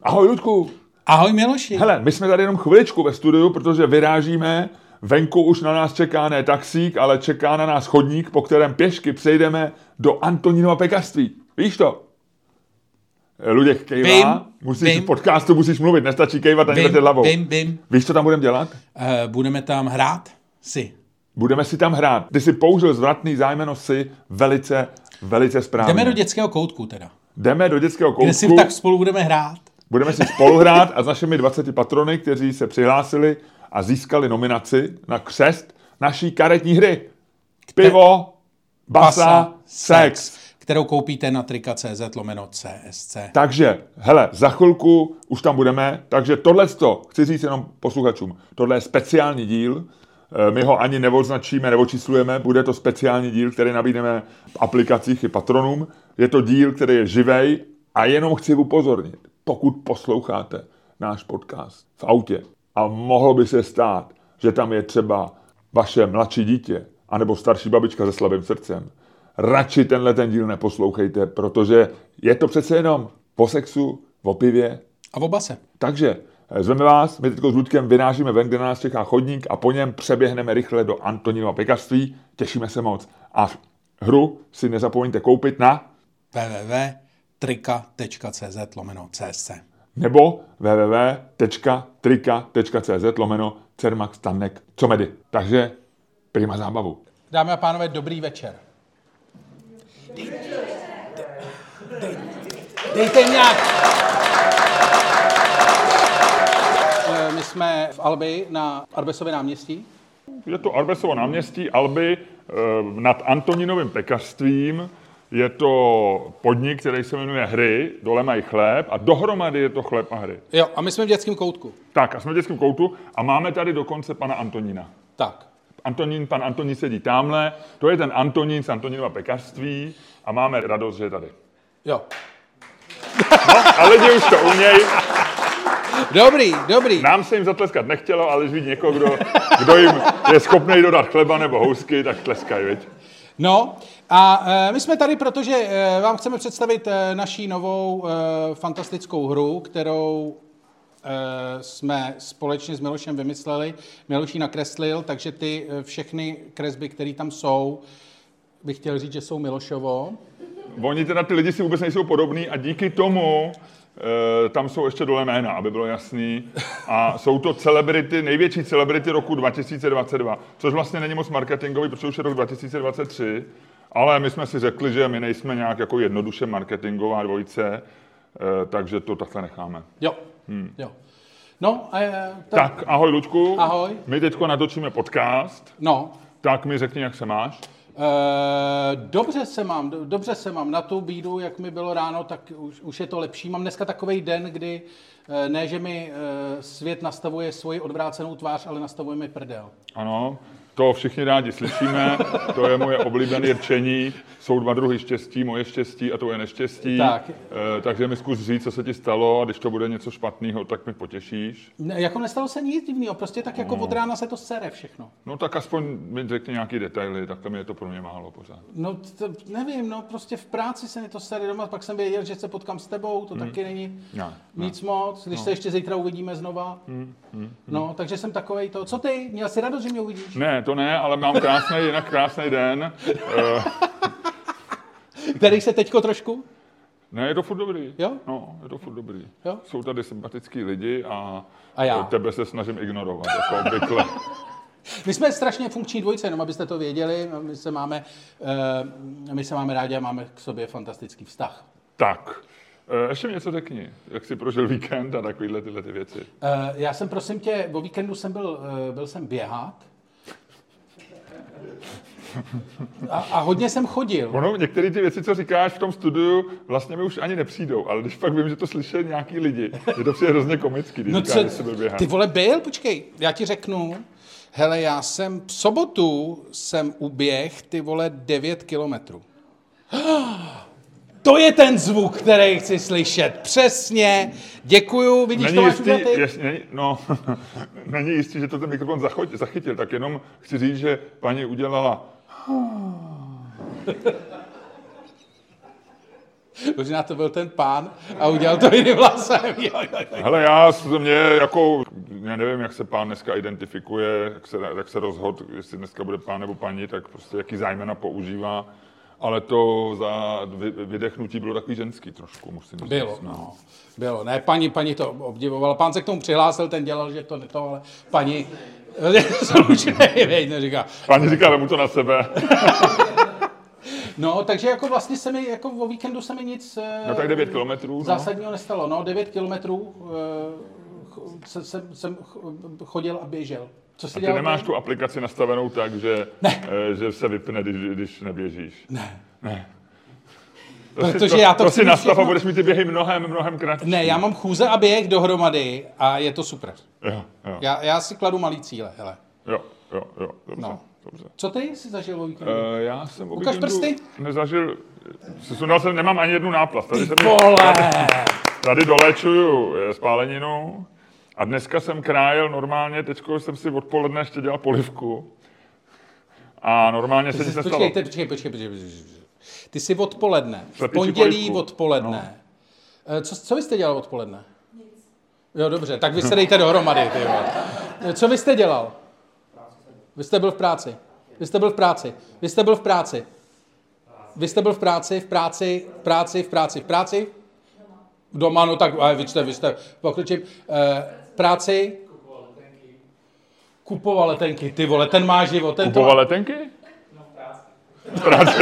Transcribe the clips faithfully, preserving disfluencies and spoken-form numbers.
Ahoj, Ludku. Ahoj, Miloši. Hele, my jsme tady jenom chviličku ve studiu, protože vyrážíme. Venku už na nás čeká ne taxík, ale čeká na nás chodník, po kterém pěšky přejdeme do Antonínova pekařství. Víš to? Luděk kejvá. Vím, musíš vím. v podcastu musíš mluvit, nestačí kejvat ani vrtět hlavou. Vím, vím. Víš, co tam budeme dělat? Uh, budeme tam hrát si. Budeme si tam hrát. Ty si použil zvratný zájmeno si velice, velice správně. Jdeme do dětského koutku teda. Jdeme do dětského koutku. Kde si tak spolu budeme hrát. Budeme si spolu hrát a s našimi dvaceti patrony, kteří se přihlásili a získali nominaci na křest naší karetní hry. Pivo, basa, Basa, sex. sex. Kterou koupíte na trika.cz lomeno CSC. Takže, hele, za chvilku už tam budeme, takže tohleto, chci říct jenom posluchačům, tohle je speciální díl, my ho ani neoznačíme, neočíslujeme, bude to speciální díl, který nabídneme v aplikacích i patronům. Je to díl, který je živej a jenom chci upozornit, pokud posloucháte náš podcast v autě a mohlo by se stát, že tam je třeba vaše mladší dítě anebo starší babička se slabým srdcem, radši tenhle ten díl neposlouchejte, protože je to přece jenom o sexu, o pivě. A o base. Takže zveme vás, my teď s Ludkem vynážíme ven, kde na nás čeká chodník a po něm přeběhneme rychle do Antonínova pekařství. Těšíme se moc. A hru si nezapomeňte koupit na www tečka trika.cz lomeno CSC nebo www tečka trika tečka cz lomeno Cermak Stanek Comedy. Takže prima zábavu. Dámy a pánové, dobrý večer. Dej, dej, dejte nějak. My jsme v Albi na Arbesově náměstí. Je to Arbesovo náměstí, Alby nad Antonínovým pekařstvím. Je to podnik, který se jmenuje Hry, dole mají chléb a dohromady je to chléb a hry. Jo, a my jsme v dětském koutku. Tak, a jsme v dětském koutu a máme tady dokonce pana Antonína. Tak. Antonín, pan Antonín sedí tamhle, to je ten Antonín z Antonínova pekařství a máme radost, že je tady. Jo. No, a lidi už to umějí. Dobrý, dobrý. Nám se jim zatleskat nechtělo, ale když vidí někoho, kdo, kdo jim je schopný dodat chleba nebo housky, tak tleskají, viď? No a e, my jsme tady, protože e, vám chceme představit e, naší novou e, fantastickou hru, kterou e, jsme společně s Milošem vymysleli. Miloš ji nakreslil, takže ty e, všechny kresby, které tam jsou, bych chtěl říct, že jsou Milošovo. Oni teda ty lidi si vůbec nejsou podobný a díky tomu e, tam jsou ještě dole jména, aby bylo jasný. A jsou to celebrity, největší celebrity roku dva tisíce dvacet dva, což vlastně není moc marketingový, protože už je rok dva tisíce dvacet tři, ale my jsme si řekli, že my nejsme nějak jako jednoduše marketingová dvojice, e, takže to takhle necháme. Jo, hmm. jo. No, a, tak. tak, ahoj Luďku. Ahoj. My teďko natočíme podcast. No. Tak mi řekni, jak se máš. Uh, dobře se mám, do, dobře se mám. Na tu bídu, jak mi bylo ráno, tak už, už je to lepší. Mám dneska takovej den, kdy uh, ne, že mi uh, svět nastavuje svoji odvrácenou tvář, ale nastavuje mi prdel. Ano, to všichni rádi slyšíme, to je moje oblíbené rčení. Jsou dva druhy štěstí, moje štěstí a tvoje neštěstí. Tak. E, takže mi zkus říct, co se ti stalo a když to bude něco špatného, tak mi potěšíš. Ne, jako nestalo se nic divného, prostě tak jako no. Od rána se to sere všechno. No tak aspoň mi řekni nějaký detaily, tak tam je to pro mě málo pořád. No to, nevím, no prostě v práci se mi to sere doma, pak jsem věděl, že se potkám s tebou, to hmm. taky není ne, nic ne. moc, když no. se ještě zítra uvidíme znova. Hmm. Hmm. No, takže jsem takovej to. Co ty? Měl jsi radost, že mě uvidíš? Ne, to ne, ale mám krásný, jinak krásný den. Který se teďko trošku? Ne, je to furt dobrý. Jo? No, je to furt dobrý. Jo? Jsou tady sympatický lidi a, a já. tebe se snažím ignorovat, jako obvykle. My jsme strašně funkční dvojice, jenom abyste to věděli. My se máme, uh, my se máme rádi a máme k sobě fantastický vztah. Tak, uh, ještě mi něco řekni. Jak jsi prožil víkend a takovýhle tyhle ty věci? Uh, já jsem, prosím tě, o víkendu jsem byl, uh, byl jsem běhat. A, a hodně jsem chodil. Ono, některé ty věci, co říkáš v tom studiu, vlastně mi už ani nepřijdou, ale když pak vím, že to slyší nějaký lidi, je to přijde hrozně komický, když no říkáš, co, že jsi byl běhat. Ty vole, byl, počkej, já ti řeknu, hele, já jsem v sobotu jsem uběh, ty vole, devět kilometrů. To je ten zvuk, který chci slyšet. Přesně. Děkuju. Vidíš, není to máš jistý, udělat ty? Jest, není, no, není jistý, že to ten mikrofon zachytil, tak jenom chci říct, že paní udělala Možná to byl ten pán a udělal to jiným hlasem. Jo, jo, jo. Hele, já mě jako, já nevím, jak se pán dneska identifikuje, jak se, jak se rozhodl, jestli dneska bude pán nebo paní, tak prostě jaký zájmena používá. Ale to za vydechnutí bylo takový ženský trošku, musím říct. Bylo, no. Bylo. Ne, paní, paní to obdivovala. Pán se k tomu přihlásil, ten dělal, že to ne to, ale paní... neříká. Paní říká, vemu to na sebe. No, takže jako vlastně se mi, jako o víkendu se mi nic no, tak devět kilometrů, zásadního no. nestalo. No, devět kilometrů jsem, jsem, jsem chodil a běžel. Co jsi a ty dělal? Nemáš tu aplikaci nastavenou tak, že, ne. že se vypne, když, když neběžíš? Ne. Ne. To Protože si, to, já to, to si nastav všechno... a budeš mít ty běhy mnohem, mnohem kratší. Ne, já mám chůze a běh dohromady a je to super. Jo, jo. Já, já si kladu malý cíle, hele. Jo, jo, jo, dobře, no. dobře. Co ty jsi zažil o víkendu? Uh, já jsem o Ukaž víkendu prsty. Nezažil, sundal jsem, nemám ani jednu náplast. Tady, jsem, tady, tady doléčuju spáleninu a dneska jsem krájel normálně, teďko jsem si odpoledne ještě dělal polivku a normálně se nic nestalo. Počkej, počkej, počkej, počkej, počkej. Ty jsi odpoledne, v pondělí polivku. Odpoledne. No. Co, co vy jste dělal odpoledne? Nic. Jo, dobře, tak vy se dejte dohromady, ty jo. Co vy jste dělal? Vy jste byl v práci. Vy jste byl v práci. Vy jste byl v práci. Vy jste byl v práci, v práci, v práci, v práci, v práci? Doma, no tak, ale vy jste, vy jste, pokročím. V práci? Kupoval letenky. Kupoval letenky, ty vole, ten má život. Ten Kupoval letenky? No, v práci. V práci.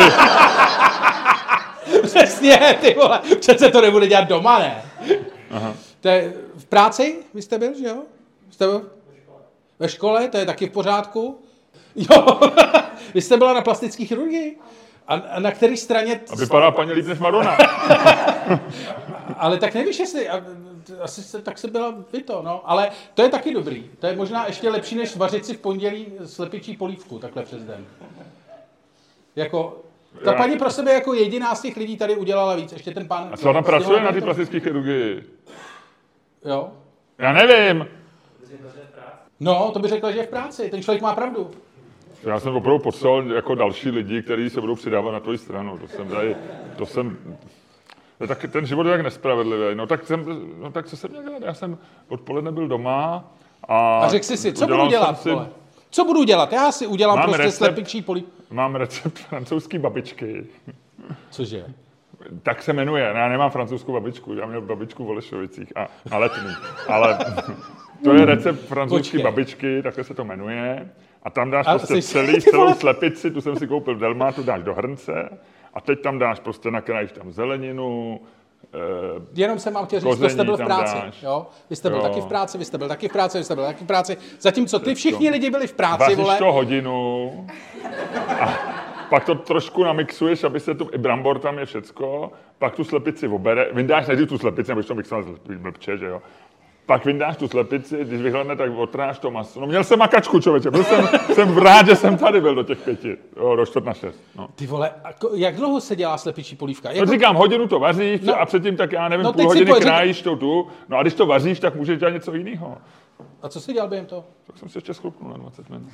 Přesně, ty vole, přece to nebude dělat doma, ne? Aha. To je, v práci vy jste byl, že jo? Jste byl? Ve škole, to je taky v pořádku. Jo, vy jste byla na plastické chirurgii. A, a na které straně... A vypadá paní líp než Madonna. Ale tak nevíš, jestli... Asi se, tak se byla vy to, no. Ale to je taky dobrý. To je možná ještě lepší, než vařit si v pondělí slepičí polívku, takhle přes den. Jako... Ta paní pro sebe jako jediná z těch lidí tady udělala víc. Ještě ten pán... A co ona pracuje na té plastické chirurgii? Jo. Já nevím. No, to by řekl, že je v práci. Ten člověk má pravdu. Já jsem opravdu poslal jako další lidi, kteří se budou přidávat na tvoji stranu. To jsem tady, to jsem... Tak ten život je tak nespravedlivý. No tak, jsem, no tak co jsem měl dělat? Já jsem odpoledne byl doma a... A řekl jsi si, co budu dělat, si... vole? Co budu dělat? Já si udělám mám prostě recept, slepičí poli... Mám recept francouzský babičky. Cože? Tak se jmenuje. Já nemám francouzskou babičku. Já měl babičku v Holešovicích a, a letní. Ale to je recept francouzské babičky, takhle se to jmenuje. A tam dáš a prostě celý, celou slepici, tu jsem si koupil v Delmátu, dáš do hrnce a teď tam dáš prostě, nakrájíš tam zeleninu, Uh, Jenom jsem vám chtěl říct, to jste byl v práci, jo? Vy jste byl jo. taky v práci, vy jste byl taky v práci, vy jste byl taky v práci, zatímco ty všichni lidi byli v práci, vaříš vole. to hodinu a pak to trošku namixuješ, aby se tu, i brambor tam je všecko, pak tu slepici obere, vyndáš nejdřív tu slepici, nebudeš to mixovat blbče, že jo? Pak vyndáš tu slepici, když vyhledne, tak otráš to maso. No měl jsem makačku, člověče, byl jsem, jsem rád, že jsem tady byl do těch pěti, jo, do čtvrt na šest. No. Ty vole, jak dlouho se dělá slepičí polívka? Jako... No říkám, hodinu to vaříš no. a předtím tak já nevím, no, půl hodiny pojď, krájíš to tu, no a když to vaříš, tak můžeš dělat něco jiného. A co jsi dělal během toho? Tak jsem si ještě schlupnul na dvacet minut.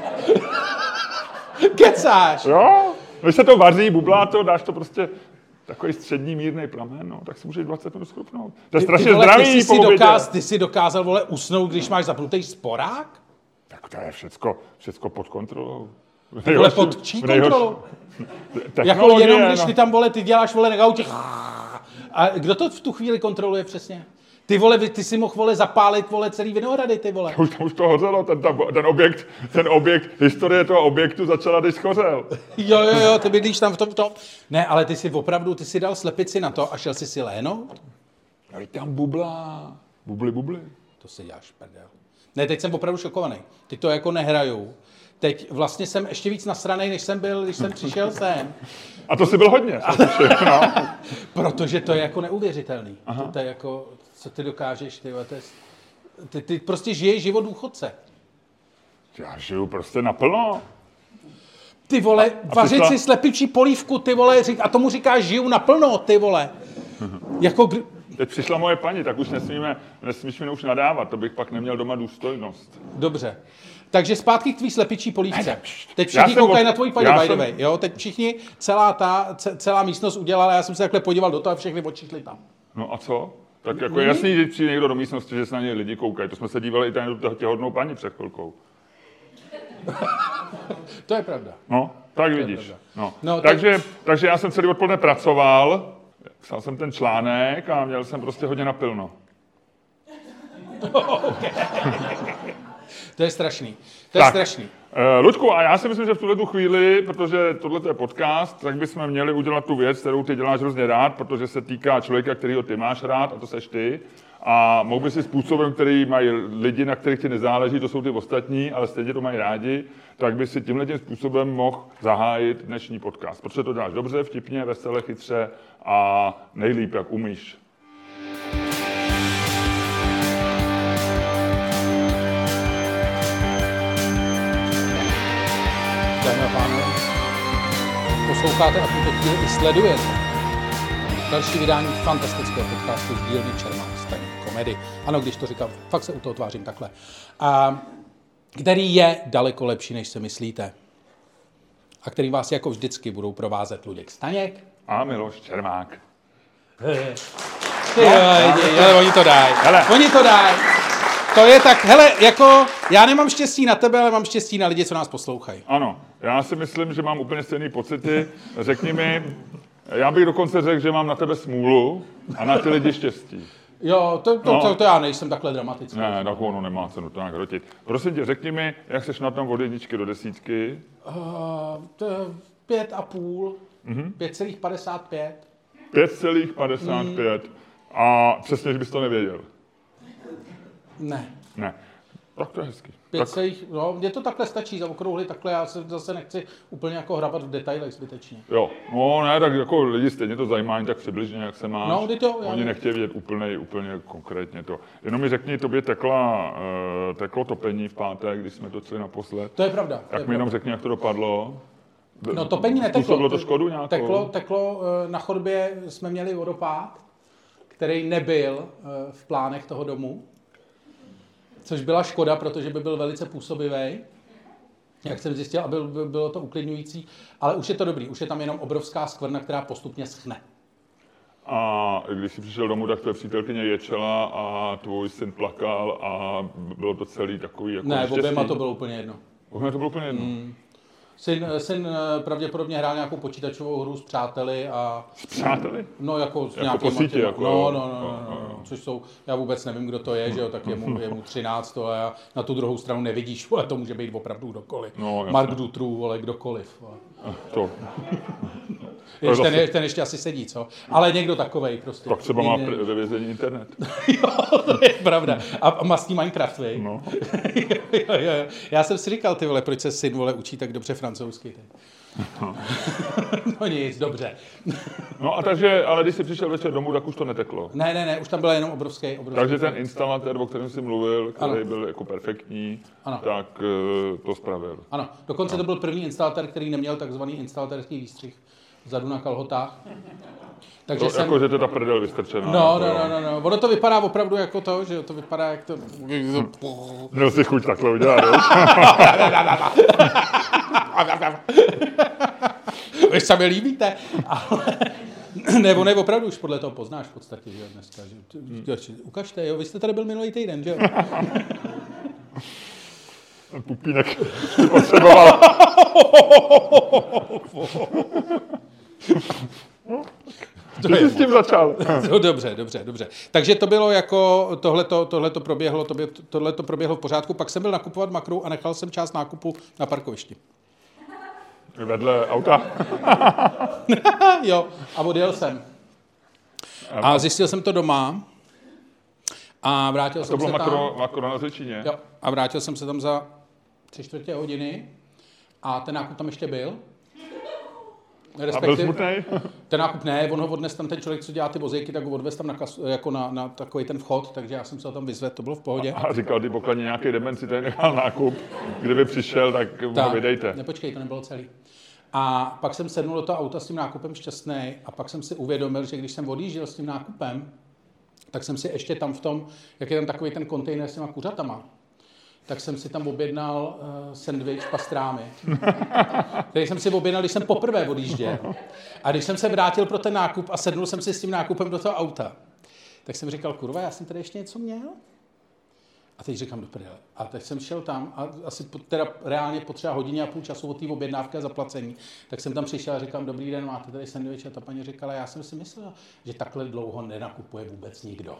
Kecáš? Jo, když se to vaří, bublá to, dáš to prostě... Takový střední mírný plamen, no, tak si můžeš dvacet minut schrupnout. To je strašně ty, vole, zdravý ty jsi po obědě. Dokáz, ty jsi dokázal, vole, usnout, když máš zapnutý sporák? Tak to je všecko, všecko pod kontrolou. Vole, pod čí kontrolou? Jako jenom, když ty tam, vole, ty děláš, vole, na gautě. A kdo to v tu chvíli kontroluje přesně? Ty vole, ty si mohl, vole, zapálit, vole, celý Vinohrady, ty vole. Už, už to hořelo, ten, ten objekt, ten objekt, historie toho objektu začala, když schořel. Jo, jo, jo, ty bydlíš tam v tom, v tom. Ne, ale ty si opravdu, ty si dal slepici na to a šel si si léhnout? Ale tam bublá. Bubly, bubly. To si děláš prdel. Ne, teď jsem opravdu šokovaný. Ty to jako nehrajou. Teď vlastně jsem ještě víc nasranej, než jsem byl, když jsem přišel sem. A to si byl hodně. A... no. Protože to je jako neuvěřitelný. To, to je jako, co ty dokážeš, ty, to je, ty, ty prostě žiješ život důchodce. Já žiju prostě naplno. Ty vole, a, a vařit přišla... si slepičí polívku, ty vole, a tomu říkáš žiju naplno, ty vole. Jako... Teď přišla moje paní, tak už nesmíme, nesmíme už nadávat, to bych pak neměl doma důstojnost. Dobře. takže zpátky k tvý slepičí polívce. Teď všichni koukají na tvoji paní, by the way. Jo? Teď všichni, celá ta, celá místnost udělala, já jsem se takhle podíval do toho a všechny očišli tam. No a co? Tak jako je jasný, že přijde někdo do místnosti, že se na něj lidi koukají. To jsme se dívali i tady do těhodnou paní před chvilkou. To je pravda. No, tak vidíš. No. No, takže, tak... takže já jsem celý odpoledne pracoval, psal jsem ten článek a měl jsem prostě hodně napilno. Okay. To je strašný. To je tak, strašný. Uh, Luďku, a já si myslím, že v tuhle tu chvíli, protože tohle je podcast, tak bychom měli udělat tu věc, kterou ty děláš hrozně rád, protože se týká člověka, kterýho ty máš rád, a to seš ty. A mohl by si způsobem, který mají lidi, na kterých ti nezáleží, to jsou ty ostatní, ale stejně to mají rádi, tak by si tímhle tím způsobem mohl zahájit dnešní podcast. Protože to děláš dobře, vtipně, vesele, chytře a nejlíp, jak umíš. Dámy a pánové, posloucháte a tuto chvíli i sledujete další vydání fantastického podcastu z dílny Čermák stand-up comedy. Ano, když to říkám, fakt se u toho tvářím takhle. A který je daleko lepší, než si myslíte. A který vás jako vždycky budou provázet Luděk Staněk a Miloš Čermák. No, no, oni to dají. Oni to dají. To je tak, hele, jako, já nemám štěstí na tebe, ale mám štěstí na lidi, co nás poslouchají. Ano, já si myslím, že mám úplně stejný pocity. Řekni mi, já bych dokonce řekl, že mám na tebe smůlu a na ty lidi štěstí. Jo, to, to, no. to, to já nejsem takhle dramatický. Ne, tak ono nemá cenu to nějak hrotit. Prosím tě, řekni mi, jak seš na tom od jedničky do desítky? Uh, to je pět a půl, mm-hmm. pět celá padesát pět. pět celá padesát pět. Mm. A přesně, že bys to nevěděl. Ne. Ne. Tak to je hezký. Tak... Celých, no, mně to takhle stačí zaokrouhlit, takhle já se zase nechci úplně jako hrabat v detailech zbytečně. Jo, no ne, tak jako lidi stejně to zajímá, tak přibližně, jak se máš. No, to, Oni já... nechtějí vědět úplně, úplně konkrétně to. Jenom mi řekni, tobě tekla, uh, teklo topení v pátek, když jsme točili naposled. To je pravda. Tak mi pravda. jenom řekni, jak to dopadlo. No topení neteklo. Způsobilo to škodu nějakou? Teklo, teklo, na chodbě jsme měli vodopád, který nebyl v plánech toho domu. Což byla škoda, protože by byl velice působivý, jak jsem zjistil, a byl, by, bylo to uklidňující, ale už je to dobrý, už je tam jenom obrovská skvrna, která postupně schne. A když jsi přišel domů, tak tvoje přítelkyně ječela a tvůj syn plakal a bylo to celý takový jako Ne, štěstí. oběma to bylo úplně jedno. Oběma to bylo úplně jedno. Mm. Syn, syn pravděpodobně hrál nějakou počítačovou hru s přáteli a... S přáteli? No jako s jako nějakým... Po sítě, jako... No, no, no, no, no, no, no, což jsou... Já vůbec nevím, kdo to je, že jo, tak je mu, je mu třináct, ale a na tu druhou stranu nevidíš, ale to může být opravdu kdokoliv. No, Mark Dutroux, ale kdokoliv. To... Jež, ten, je, ten ještě asi sedí, co? Ale někdo takovej prostě. Tak třeba má ve vězení internet. Jo, to je pravda. A, a mastí Minecraft, vej? No. jo, jo, jo. Já jsem si říkal, ty vole, proč se syn, vole, učí tak dobře francouzsky. No. No nic, dobře. No a takže, ale když jsi přišel večer domů, tak už to neteklo. Ne, ne, ne, už tam byla jenom obrovský, obrovský. Takže ten instalatér, o kterém jsi mluvil, který ano. byl jako perfektní, ano. tak uh, to spravil. Ano, dokonce ano. to byl první instalatér, který neměl takzvaný instalatérský výstřih vzadu na kalhotách. Takže to, jsem... Jako, že to ta prdel vystrčená. No, no, no, no, no. Ono to vypadá opravdu jako to, že to vypadá jak to... Měl si chuť takhle udělat, jo? Vy se mi líbíte, ale... Ne, on je opravdu už podle toho poznáš v podstatě, že jo, dneska. Že... Ukažte, jo, vy jste tady byl minulý týden, že jo? Ten pupínek potřeboval. Ty jsi s tím začal. No, dobře, dobře, dobře. Takže to bylo jako, tohleto, tohleto proběhlo, tohleto proběhlo v pořádku, pak jsem byl nakupovat makru a nechal jsem část nákupu na parkovišti. Vedle auta? Jo, a odjel jsem. A zjistil jsem to doma a vrátil a jsem se tam. To bylo makro, makro na Řečíně? Jo, a vrátil jsem se tam za tři čtvrtě hodiny a ten nákup tam ještě byl. A byl smutnej? Ten nákup ne, on ho odnes tam ten člověk, co dělá ty vozejky, tak ho odvez tam na, kasu, jako na, na takový ten vchod, takže já jsem se ho tam vyzvedl, to bylo v pohodě. A říkal ty pokladně nějaký demenci, tady nechal nákup, kdyby přišel, tak ho vydejte. Nepočkej, to nebylo celý. A pak jsem sednul do toho auta s tím nákupem šťastný a pak jsem si uvědomil, že když jsem odjížděl s tím nákupem, tak jsem si ještě tam v tom, jak je tam takový ten kontejner s těma kuřatama, tak jsem si tam objednal uh, sendvič pastrámy, který jsem si objednal, když jsem poprvé odjížděl. A když jsem se vrátil pro ten nákup a sednul jsem si s tím nákupem do toho auta, tak jsem říkal, kurva, já jsem tady ještě něco měl? A teď říkám, do prdele. A teď jsem šel tam a asi po, teda reálně po třeba hodině a půl času od té objednávky a zaplacení, tak jsem tam přišel a říkám, dobrý den, máte tady sendvič? A ta paní říkala, já jsem si myslel, že takhle dlouho nenakupuje vůbec nikdo.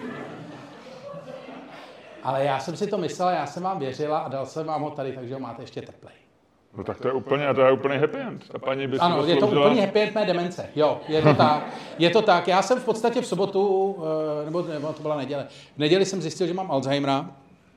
Ale já jsem si to myslela, já jsem vám věřila a dal jsem vám ho tady, takže ho máte ještě teplej. No tak to je úplně, to je úplně happy end. Ta paní by si ano, je to úplně happy end mé demence. Jo, je to tak. Je to tak. Já jsem v podstatě v sobotu, nebo, nebo to byla neděle, v neděli jsem zjistil, že mám Alzheimera,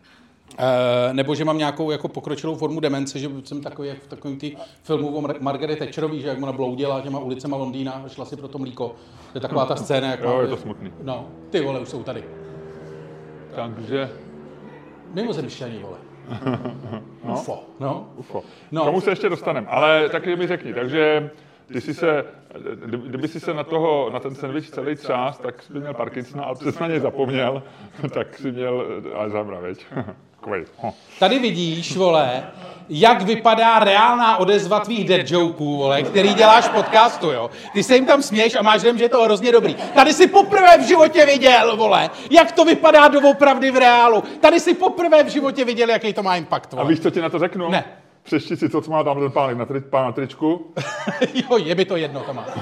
nebo že mám nějakou jako pokročilou formu demence, že jsem takový, jak v takovém tý filmu o Margaret Thatcherový, že jak ona bloudila těma ulicema Londýna a šla si pro to mlíko. To je taková ta scéna. Jak jo, je to smutný. No, ty vole, už jsou tady. Takže... Mimozemšťaní, vole. No? Ufo, no. Ufo. No. K tomu se ještě dostaneme, ale taky mi řekni, takže ty jsi se, kdyby jsi se na, toho, na ten sandwich celý čas, tak jsi měl Parkinsona, ale přes na něj zapomněl, tak jsi měl Alzheimera, veď? Tady vidíš, vole, jak vypadá reálná odezva tvých dead jokeů, vole, který děláš v podcastu, jo. Ty se jim tam směješ a máš dojem, že je to hrozně dobrý. Tady si poprvé v životě viděl, vole, jak to vypadá doopravdy v reálu. Tady si poprvé v životě viděl, jaký to má impact, vole. A víš, co ti na to řeknu? Ne. Přešti si to, co má tam ten pánek na, tri, pán na tričku. Jo, je by to jedno, to má.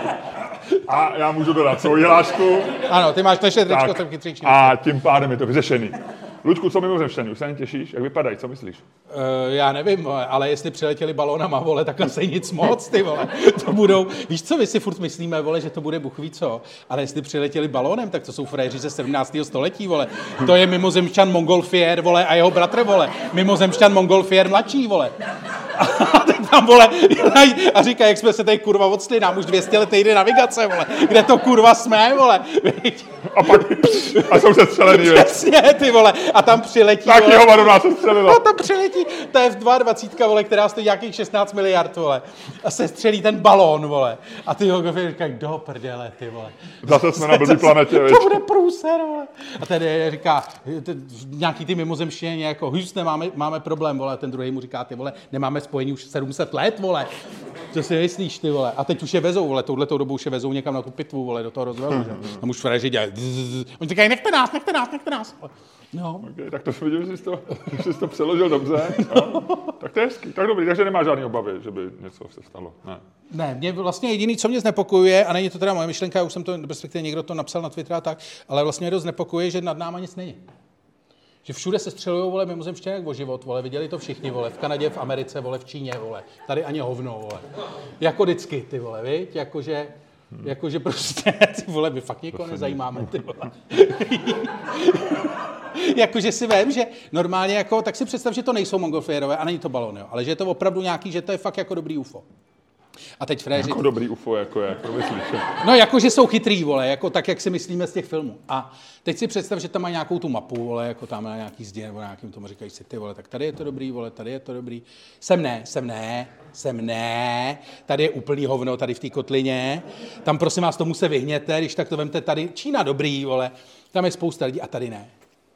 A já můžu dodat svou hlášku. Ano, ty máš naše tričko, jsem chytřejší. A tím pádem je to vyřešený. Luďku, co mimozemšťaní? Už se ani těšíš? Jak vypadají? Co myslíš? Uh, já nevím, vole, ale jestli přiletěli balónama, vole, tak asi nic moc, ty vole. To budou, víš co, my si furt myslíme, vole, že to bude Bůh ví co, ale jestli přiletěli balónem, tak to jsou fréři ze sedmnáctého století, vole. To je mimozemšťan Mongolfier, vole, a jeho bratr, vole. Mimozemšťan Mongolfier mladší, vole. A teď tam, vole, a říká, jak jsme se tady kurva odstli, nám už dvě stě let jde navigace, vole. Kde to kurva jsme, vole. A pak, a jsou se střelený, přesně, ty vole. A tam přiletí, tak vole. jeho Madonna se střelila. A tam přiletí, to je dvacet dva, vole, která stojí nějakých šestnáct miliard, vole. A se střelí ten balón, vole. A ty ho říkají, do prdele, ty vole. Zase jsme na blbý planetě, To bude průser, vole. A tady říká, nějaký ty mimozemštění, jako, Houston, máme, máme problém, vole. A ten druhý mu říká, ty vole, nemáme spojení už sedm set let, vole. Co si myslíš, ty vole? A teď už je vezou, vole, touhletou dobou už je vezou někam na tu pitvu, vole, do toho rozvalu, že? Tam už frajeři dělají. Oni říkají, nechte nás, nechte nás, nechte nás. No. Okay, tak to jsem viděl, že jsi to, že jsi to přeložil dobře. No. Tak to je hezký, tak dobrý, takže nemá žádný obavy, že by něco se stalo. Ne. Ne, mě vlastně jediný, co mě znepokojuje, a není to teda moje myšlenka, já už jsem to, respektive někdo to napsal na Twitter a tak, ale vlastně mě dost znepokojuje, že nad náma nic není. Že všude se střelujou, vole, mimozemšťané o život, vole, viděli to všichni, vole, v Kanadě, v Americe, vole, v Číně, vole, tady ani hovno, vole. Jako vždycky, ty vole, viď, jakože, jakože prostě, ty vole, my fakt někoho nezajímáme, ty vole. Jakože si vím, že normálně jako, tak si představ, že to nejsou Mongolfierové a není to balon, jo, ale že je to opravdu nějaký, že to je fakt jako dobrý U F O. A teď fréři... Jako dobrý U F O, jako je, jako myslíš. No, jako, že jsou chytrý, vole, jako tak, jak si myslíme z těch filmů. A teď si představ, že tam mají nějakou tu mapu, vole, jako tam na nějaký zdi, nebo nějakým tomu říkají si, ty vole, tak tady je to dobrý, vole, tady je to dobrý. Sem ne, sem ne, sem ne, tady je úplný hovno, tady v té kotlině. Tam, prosím vás, tomu se vyhněte, když tak to vemte tady. Čína dobrý, vole, tam je spousta lidí a tady ne.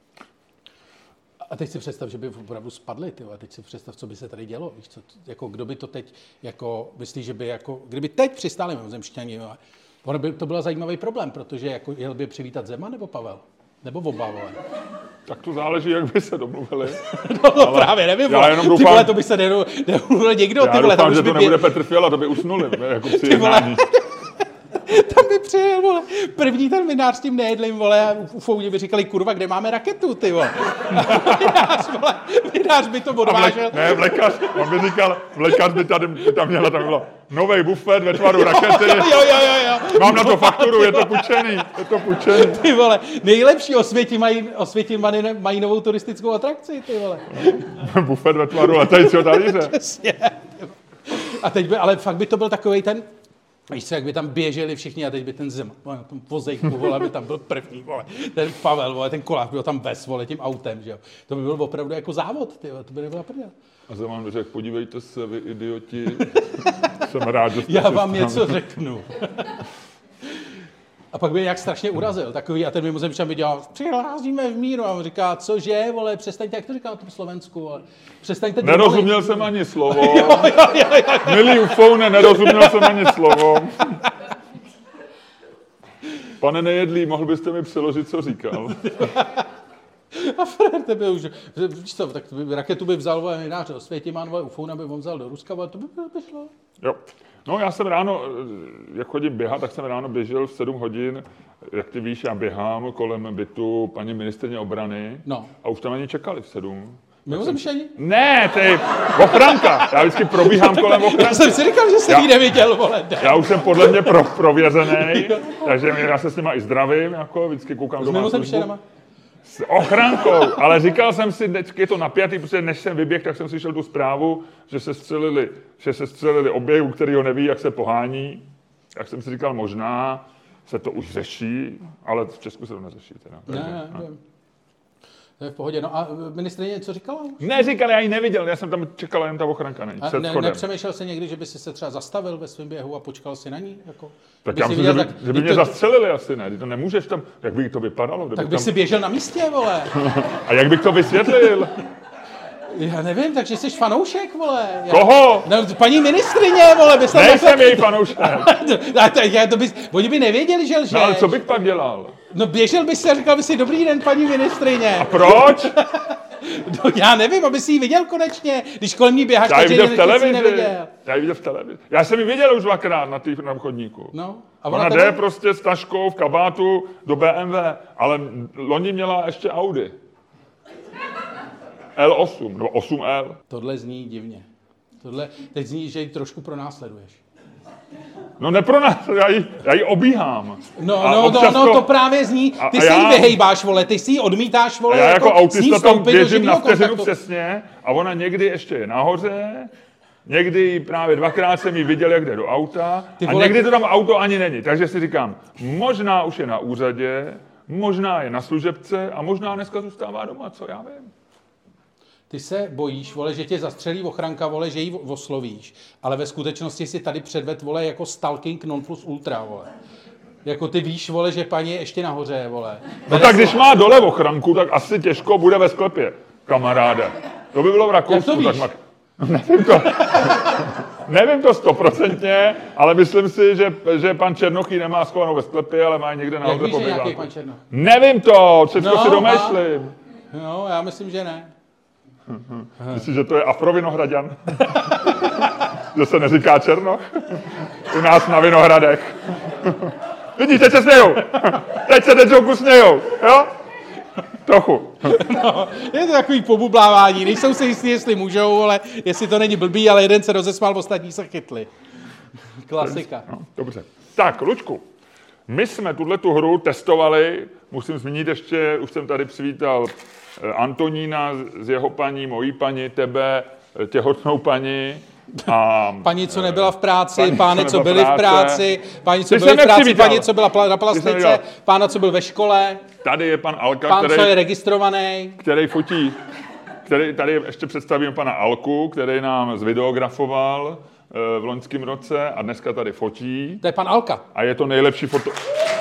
A teď si představ, že by opravdu spadli, ty, a teď si představ, co by se tady dělo, víš, co, jako kdo by to teď, jako, myslíš, že by, jako, kdyby teď přistáli mimozemšťani, ono by to byl zajímavý problém, protože jako jel by přivítat Zeman nebo Pavel, nebo oba, vole. Tak to záleží, jak by se domluvili. No, no právě nevím, vole, doufám, ty vole, to by se nedomluvil někdo, ty vole, já tam doufám, že to by nebude Petr Fiala, to by usnuli, jako při jednání. Tam by přijel, vole, první ten vinář s tím nejedlým, vole, a u Foudě by říkali, kurva, kde máme raketu, ty vole. Vinář, vole, vinář by to odvážel. Ne, vlekař, on by říkal, vlekař by tady, tam měla, tam bylo novej bufet ve tvaru rakety. Jo, jo, jo, jo. Mám na to fakturu, je to půjčený, je to půjčený. Ty vole, nejlepší Osvětí mají, Osvětí mají, mají novou turistickou atrakci, ty vole. Bufet ve tvaru letajícího talíře. Přesně. A teď by, ale fakt by to byl takovej ten, víš co, jak by tam běželi všichni a teď by ten Zeman, vole, na tom vozejku, vole, by tam byl první, vole, ten Pavel, vole, ten Kolář byl tam bez, vole, tím autem, že jo. To by byl opravdu jako závod, ty vole, to by nebyla prdel. A Zeman by řekl, podívejte se, vy idioti, jsem rád, že jste Já si vám stali. něco řeknu. A pak by nějak strašně urazil, takový, a ten mimozemšťan by dělal, přihlázíme v míru, a on říká, cože, vole, přestaňte, jak to říká na tom Slovensku, vole, přestaňte... Nerozuměl dovolit. jsem ani slovo. jo, jo, jo, jo. Milý ufoune, nerozuměl jsem ani slovo. Pane Nejedlý, mohl byste mi přeložit, co říkal? A Frér tebe už, víš co, tak by, raketu by vzal, vole, nejdáře do Světimán, vole, ufouna by on vzal do Ruska, vole, to by, by šlo. Jo. No já jsem ráno, jak chodím běhat, tak jsem ráno běžel v sedm hodin, jak ty víš, já běhám kolem bytu paní ministryně obrany no. a už tam ani čekali v sedm. Mimozemšťani? Ne, ty ochranka. Já vždycky probíhám kolem ochranky. Já jsem si říkal, že jsem jí neviděl, vole. Ne. Já už jsem podle mě pro, prověřený, takže já se s nima i zdravím, jako vždycky koukám doma na službu. S ochrankou, ale říkal jsem si, vždycky je to napjatý, protože než jsem vyběhl, tak jsem slyšel tu zprávu, že se střelili, že se střelili obě, u kterého neví, jak se pohání. Tak jsem si říkal, možná se to už řeší, ale v Česku se to neřeší. Teda. Ne, ne, ne. To je v pohodě. No a ministryně něco říkala už? Neříkal, já ji neviděl, já jsem tam čekal, jen ta ochranka není. A ne, nepřemýšlel jsi někdy, že by si se třeba zastavil ve svém běhu a počkal si na ní? Jako, tak já myslím, že by, tak, že by mě to... zastřelili asi, ne? Ty to nemůžeš tam, jak by to vypadalo? Tak by tam... si běžel na místě, vole. A jak bych to vysvětlil? Já nevím, takže jsi fanoušek, vole. Já... Koho? No, paní ministrině, vole. Bys tam nejsem nechal... její fanoušek. to bys... Oni by nevěděli, že lžeš. No ale co bych pak dělal? No běžel bys si a říkal bys si, dobrý den, paní ministrině. A proč? No, já nevím, aby si ji viděl konečně, když kolem ní běháš, takže ji v televizi. Neviděl. Já ji viděl v televizi. Já jsem ji viděl už dvakrát na tý, na chodníku. No, a ona ona jde tebe... prostě s taškou v kabátu do bé em vé, ale loni měla ještě Audi. el osm, nebo osm el. Tohle zní divně. Tohle, teď zní, že ji trošku pronásleduješ. No nepronásleduji, já ji, já ji obíhám. No, no, no, no, to právě zní, ty a, a se jí vyhejbáš, vole, ty si ji odmítáš, vole. A já jako, jako autista tam běžím na vteřinu kontaktu. Přesně a ona někdy ještě je nahoře, někdy právě dvakrát jsem ji viděl, jak jde do auta ty a vole, někdy to tam auto ani není. Takže si říkám, možná už je na úřadě, možná je na služebce a možná dneska zůstává doma, co já vím. Ty se bojíš, vole, že tě zastřelí ochranka, vole, že ji oslovíš, ale ve skutečnosti si tady předved, vole, jako stalking non plus ultra, vole. Jako ty víš, vole, že paní je ještě nahoře, vole. No tak když má dole ochranku, tak asi těžko bude ve sklepě, kamaráde. To by bylo v Rakousku. Jak to víš? Tak ma... Nevím to. Nevím to stoprocentně, ale myslím si, že, že pan Černoch ji nemá schovanou ve sklepě, ale má někde nahoře po býváku. Nevím to, všechno no, si domýšlím. No, já myslím, že ne. Myslíš, že to je Afrovinohraďan? Že se neříká Černoch? U nás na Vinohradech. Vidíš, teď se smějou. Teď se teď smějou, jo? Trochu. No, je to takový pobublávání. Nejsou si jistí, jestli můžou, ale jestli to není blbý, ale jeden se rozesmál, ostatní se chytli. Klasika. No, dobře. Tak, Luďku, my jsme tuhletu hru testovali, musím zmínit ještě, už jsem tady přivítal Antonína z jeho paní, mojí paní, tebe, těhotnou paní. A, paní, co nebyla v práci, paní, pány, co, co byli v práci, paní, co Ty byli v práci, nepřivítal. paní, co byla na plastice, pána, co byl ve škole. Tady je pan Alka, pán, který, co je registrovaný. který fotí. Který, tady ještě představím pana Alku, který nám zvideografoval v loňském roce a dneska tady fotí. To je pan Alka. A je to nejlepší foto...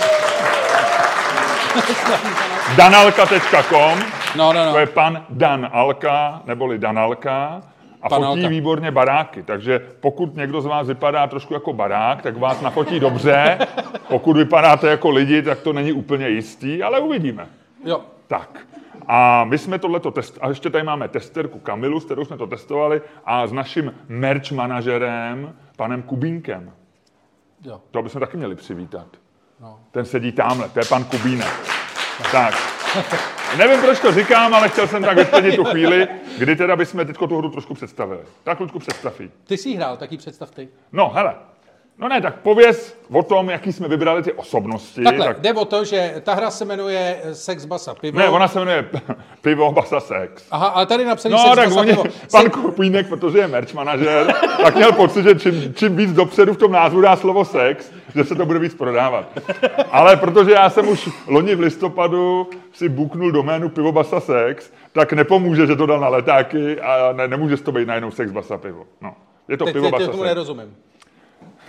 danalka tečka com No, no, no. To je pan Dan Alka, neboli Danalka. A pan fotí Alka. výborně baráky. Takže pokud někdo z vás vypadá trošku jako barák, tak vás nafotí dobře. Pokud vypadáte jako lidi, tak to není úplně jistý, ale uvidíme. Jo. Tak. A my jsme tohleto test... A ještě tady máme testerku Kamilu, s kterou jsme to testovali, a s naším merch manažerem, panem Kubínkem. Jo. To bychom taky měli přivítat. No. Ten sedí tamhle, to je pan Kubínek. Tak. Nevím, proč to říkám, ale chtěl jsem tak vyplnit tu chvíli, kdy teda bychom teďko tu hru trošku představili. Tak, Luďku, představ jí. Ty jsi hrál, tak ji představ ty. No, hele. No ne, tak pověz o tom, jaký jsme vybrali ty osobnosti. Takhle, tak... jde o to, že ta hra se jmenuje Sex, Basa, Pivo. Ne, ona se jmenuje Pivo, Basa, Sex. Aha, ale tady napsaný no, Sex, tak Basa, oni, Pivo. pan Se... Kupínek, protože je merch manažer, tak měl pocit, že čím, čím víc dopředu v tom názvu dá slovo sex, že se to bude víc prodávat. Ale protože já jsem už loni v listopadu si buknul doménu Pivo, Basa, Sex, tak nepomůže, že to dal na letáky a ne, nemůže to být najednou Sex, Basa, Pivo. No, je to Teď, Pivo, teď, Basa, teď tomu Sex. nerozumím.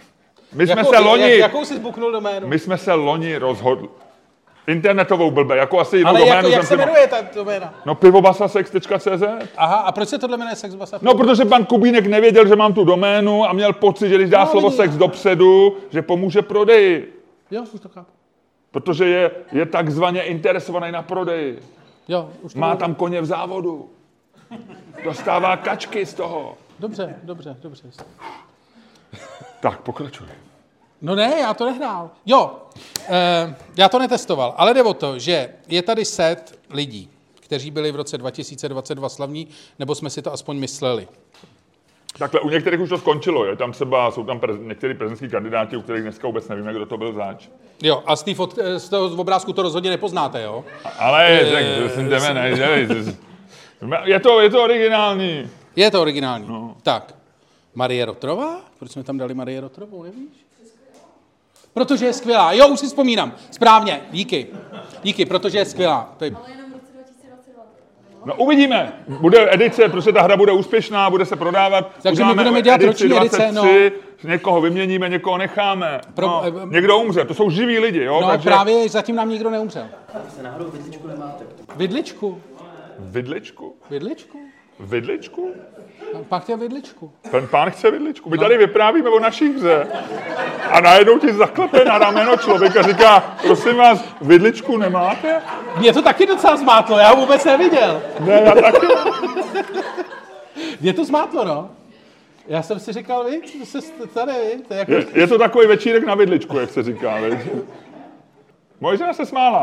My jsme jakou, se loni... Jak, jakou jsi zbuknul doménu? My jsme se loni rozhodli. Internetovou blbe, jako asi jinou Ale doménu. jako, jak se ma... jmenuje ta doména? No pivobasasex tečka cé zet. Aha, a proč se tohle jmenuje Sexbasa? No, protože pan Kubínek nevěděl, že mám tu doménu a měl pocit, že když dá no, slovo vidí. sex dopředu, že pomůže prodeji. Jo, už to chápu. Protože je, je takzvaně interesovaný na prodeji. Jo, už to Má bylo. tam koně v závodu. Dostává kačky z toho. Dobře, dobře, dobře. Tak, pokračuj. No ne, já to nehrál. Jo, e, já to netestoval, ale jde o to, že je tady set lidí, kteří byli v roce dva tisíce dvacet dva slavní, nebo jsme si to aspoň mysleli. Takhle, u některých už to skončilo, je tam třeba, jsou tam prez, některý prezidentský kandidáti, u kterých dneska vůbec nevíme, kdo to byl zač. Jo, a z, tý fot, z toho obrázku to rozhodně nepoznáte, jo? Ale, tak, e, jdeme, ne, je to, je to originální. Je to originální. No. Tak, Marie Rotrová? Proč jsme tam dali Marie Rotrovou, nevíš? Protože je skvělá. Jo, už si vzpomínám. Správně, díky. Díky, protože je skvělá. To je... Ale jenom v roce dva tisíce dvacet dva. No uvidíme. Bude edice, protože ta hra bude úspěšná, bude se prodávat. Takže my budeme dělat roční edice, no. Někoho vyměníme, někoho necháme. Pro, no, někdo umře, to jsou živí lidi, jo? No takže... právě zatím nám nikdo neumřel. Se náhodou vidličku nemáte. Vidličku? Vidličku? Vidličku? Vidličku? No, pak chtěl vidličku. Ten pán chce vidličku. My tady vyprávíme o naší hře. A najednou ti zaklepe na rameno člověk a říká, prosím vás, vidličku nemáte? Mě to taky docela zmátlo, já ho vůbec neviděl. Ne, já taky. Mě to zmátlo, no. Já jsem si říkal, víš, to se tady, víš, to je jako... Je, je to takový večírek na vidličku, jak se říká, víš. Moje žena se smála.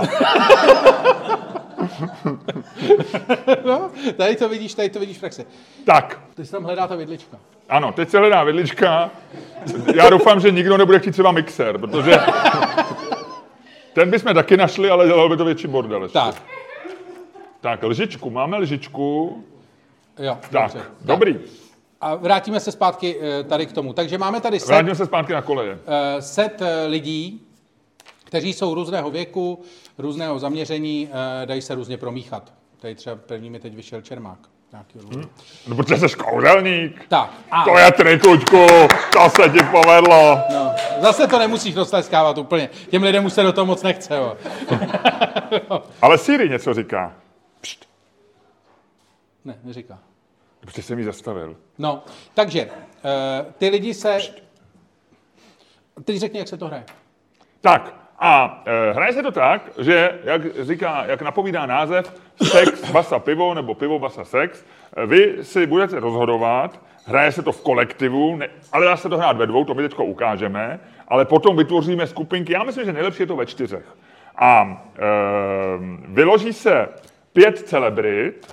No, tady to vidíš, tady to vidíš v praxi. Tak. Ty se tam hledá ta vidlička. Ano, teď se hledá vidlička. Já doufám, že nikdo nebude chtít třeba mixer, protože ten bychom taky našli, ale dělal by to větší bordel ještě. Tak. Tak, lžičku, máme lžičku. Jo, Tak, dobře. dobrý. Tak. A vrátíme se zpátky tady k tomu. Takže máme tady set, Vrátíme se zpátky na koleje. set lidí, kteří jsou různého věku, různého zaměření, dají se různě promíchat. Tady třeba první mi teď vyšel Čermák. Hmm. No, protože jsi kouzelník. Tak. A... To je trikučku, to se ti povedlo. No, zase to nemusíš roztleskávat úplně. Těm lidem už se do toho moc nechce. Jo. Ale Siri něco říká. Pšt. Ne, neříká. Protože jsem jí zastavil. No, takže uh, ty lidi se... Pšt. Teď řekni, jak se to hraje. Tak, a e, hraje se to tak, že, jak říká, jak napovídá název, sex, basa, pivo, nebo pivo, basa, sex, vy si budete rozhodovat, hraje se to v kolektivu, ne, ale dá se to hrát ve dvou, to my teďko ukážeme, ale potom vytvoříme skupinky, já myslím, že nejlepší je to ve čtyřech. A e, vyloží se pět celebrit,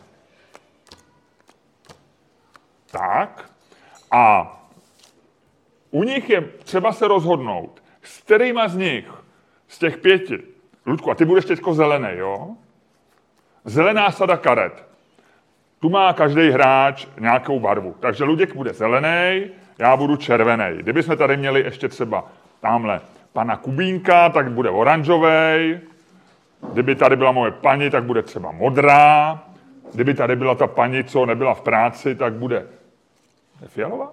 tak, a u nich je třeba se rozhodnout, s kterýma z nich, z těch pěti, Ludku, a ty budeš teďko zelený, jo? Zelená sada karet. Tu má každý hráč nějakou barvu. Takže Luděk bude zelený, já budu červený. Kdybychom tady měli ještě třeba tamhle pana Kubínka, tak bude oranžovej. Kdyby tady byla moje paní, tak bude třeba modrá. Kdyby tady byla ta paní, co nebyla v práci, tak bude fialová?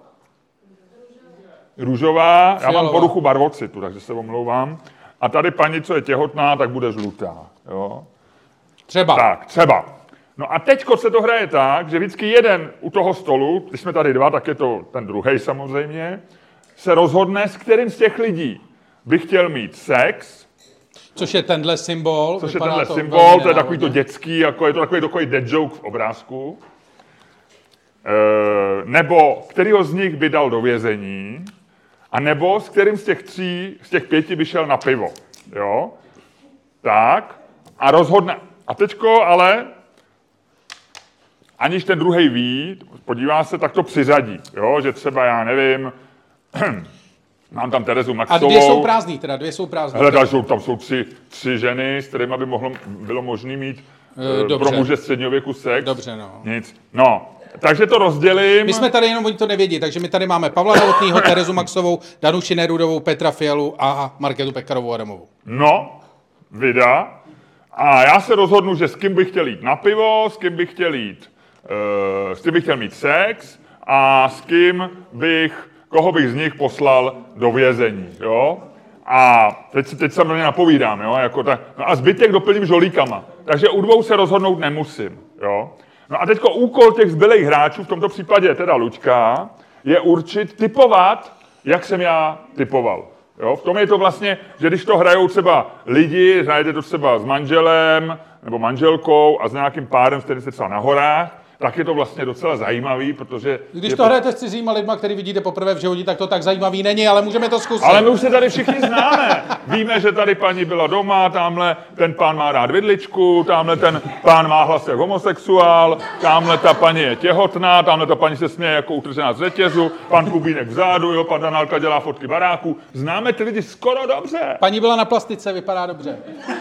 Růžová, já mám poruchu barvocitu, takže se omlouvám. A tady paní, co je těhotná, tak bude žlutá. Jo? Třeba. Tak, třeba. No a teďko se to hraje tak, že vždycky jeden u toho stolu, když jsme tady dva, tak je to ten druhej samozřejmě, se rozhodne, s kterým z těch lidí by chtěl mít sex. Což je tenhle symbol. Což je tenhle to symbol, to je takový to dětský, jako je to takový, takový dead joke v obrázku. E, nebo kterýho z nich by dal do vězení. A nebo s kterým z těch tří, z těch pěti by šel na pivo. Jo? Tak. A rozhodne. A teďko ale, aniž ten druhej ví, podívá se, tak to přiřadí. Jo? Že třeba, já nevím, mám tam Terezu Maxovou. A dvě jsou prázdný, teda dvě jsou prázdný. Hele, tam jsou, tam jsou tři, tři ženy, s kterými by mohlo, bylo možné mít e, pro muže středního věku sex. Dobře, no. Nic. No. Takže to rozdělím. My jsme tady jenom, oni to nevědí, takže my tady máme Pavla Novotnýho, Terezu Maxovou, Danuši Nerudovou, Petra Fialu a Markétu Pekarovou Adamovou. No, vida. A já se rozhodnu, že s kým bych chtěl jít na pivo, s kým bych chtěl jít, uh, s kým bych chtěl mít sex a s kým bych koho bych z nich poslal do vězení, jo? A teď, teď se mě napovídám, jo? Jako tak, no a zbytek doplním žolíkama. Takže u dvou se rozhodnout nemusím, jo? No a teďko úkol těch zbylých hráčů, v tomto případě teda Luďka, je určit, typovat, jak jsem já typoval. Jo? V tom je to vlastně, že když to hrajou třeba lidi, hrajete to třeba s manželem nebo manželkou a s nějakým párem, který jste třeba na horách, tak je to vlastně docela zajímavý, protože... Když to hrajete s cizíma lidma, který vidíte poprvé v životě, tak to tak zajímavý není, ale můžeme to zkusit. Ale my už se tady všichni známe. Víme, že tady paní byla doma, tamhle ten pán má rád vidličku, tamhle ten pán má hlas jako homosexuál, tamhle ta paní je těhotná, tamhle ta paní se směje jako utržená z řetězu, pan Kubínek vzadu, jo, pan Danálka dělá fotky baráků. Známe ty lidi skoro dobře. Paní byla na plastice, vypadá dobře.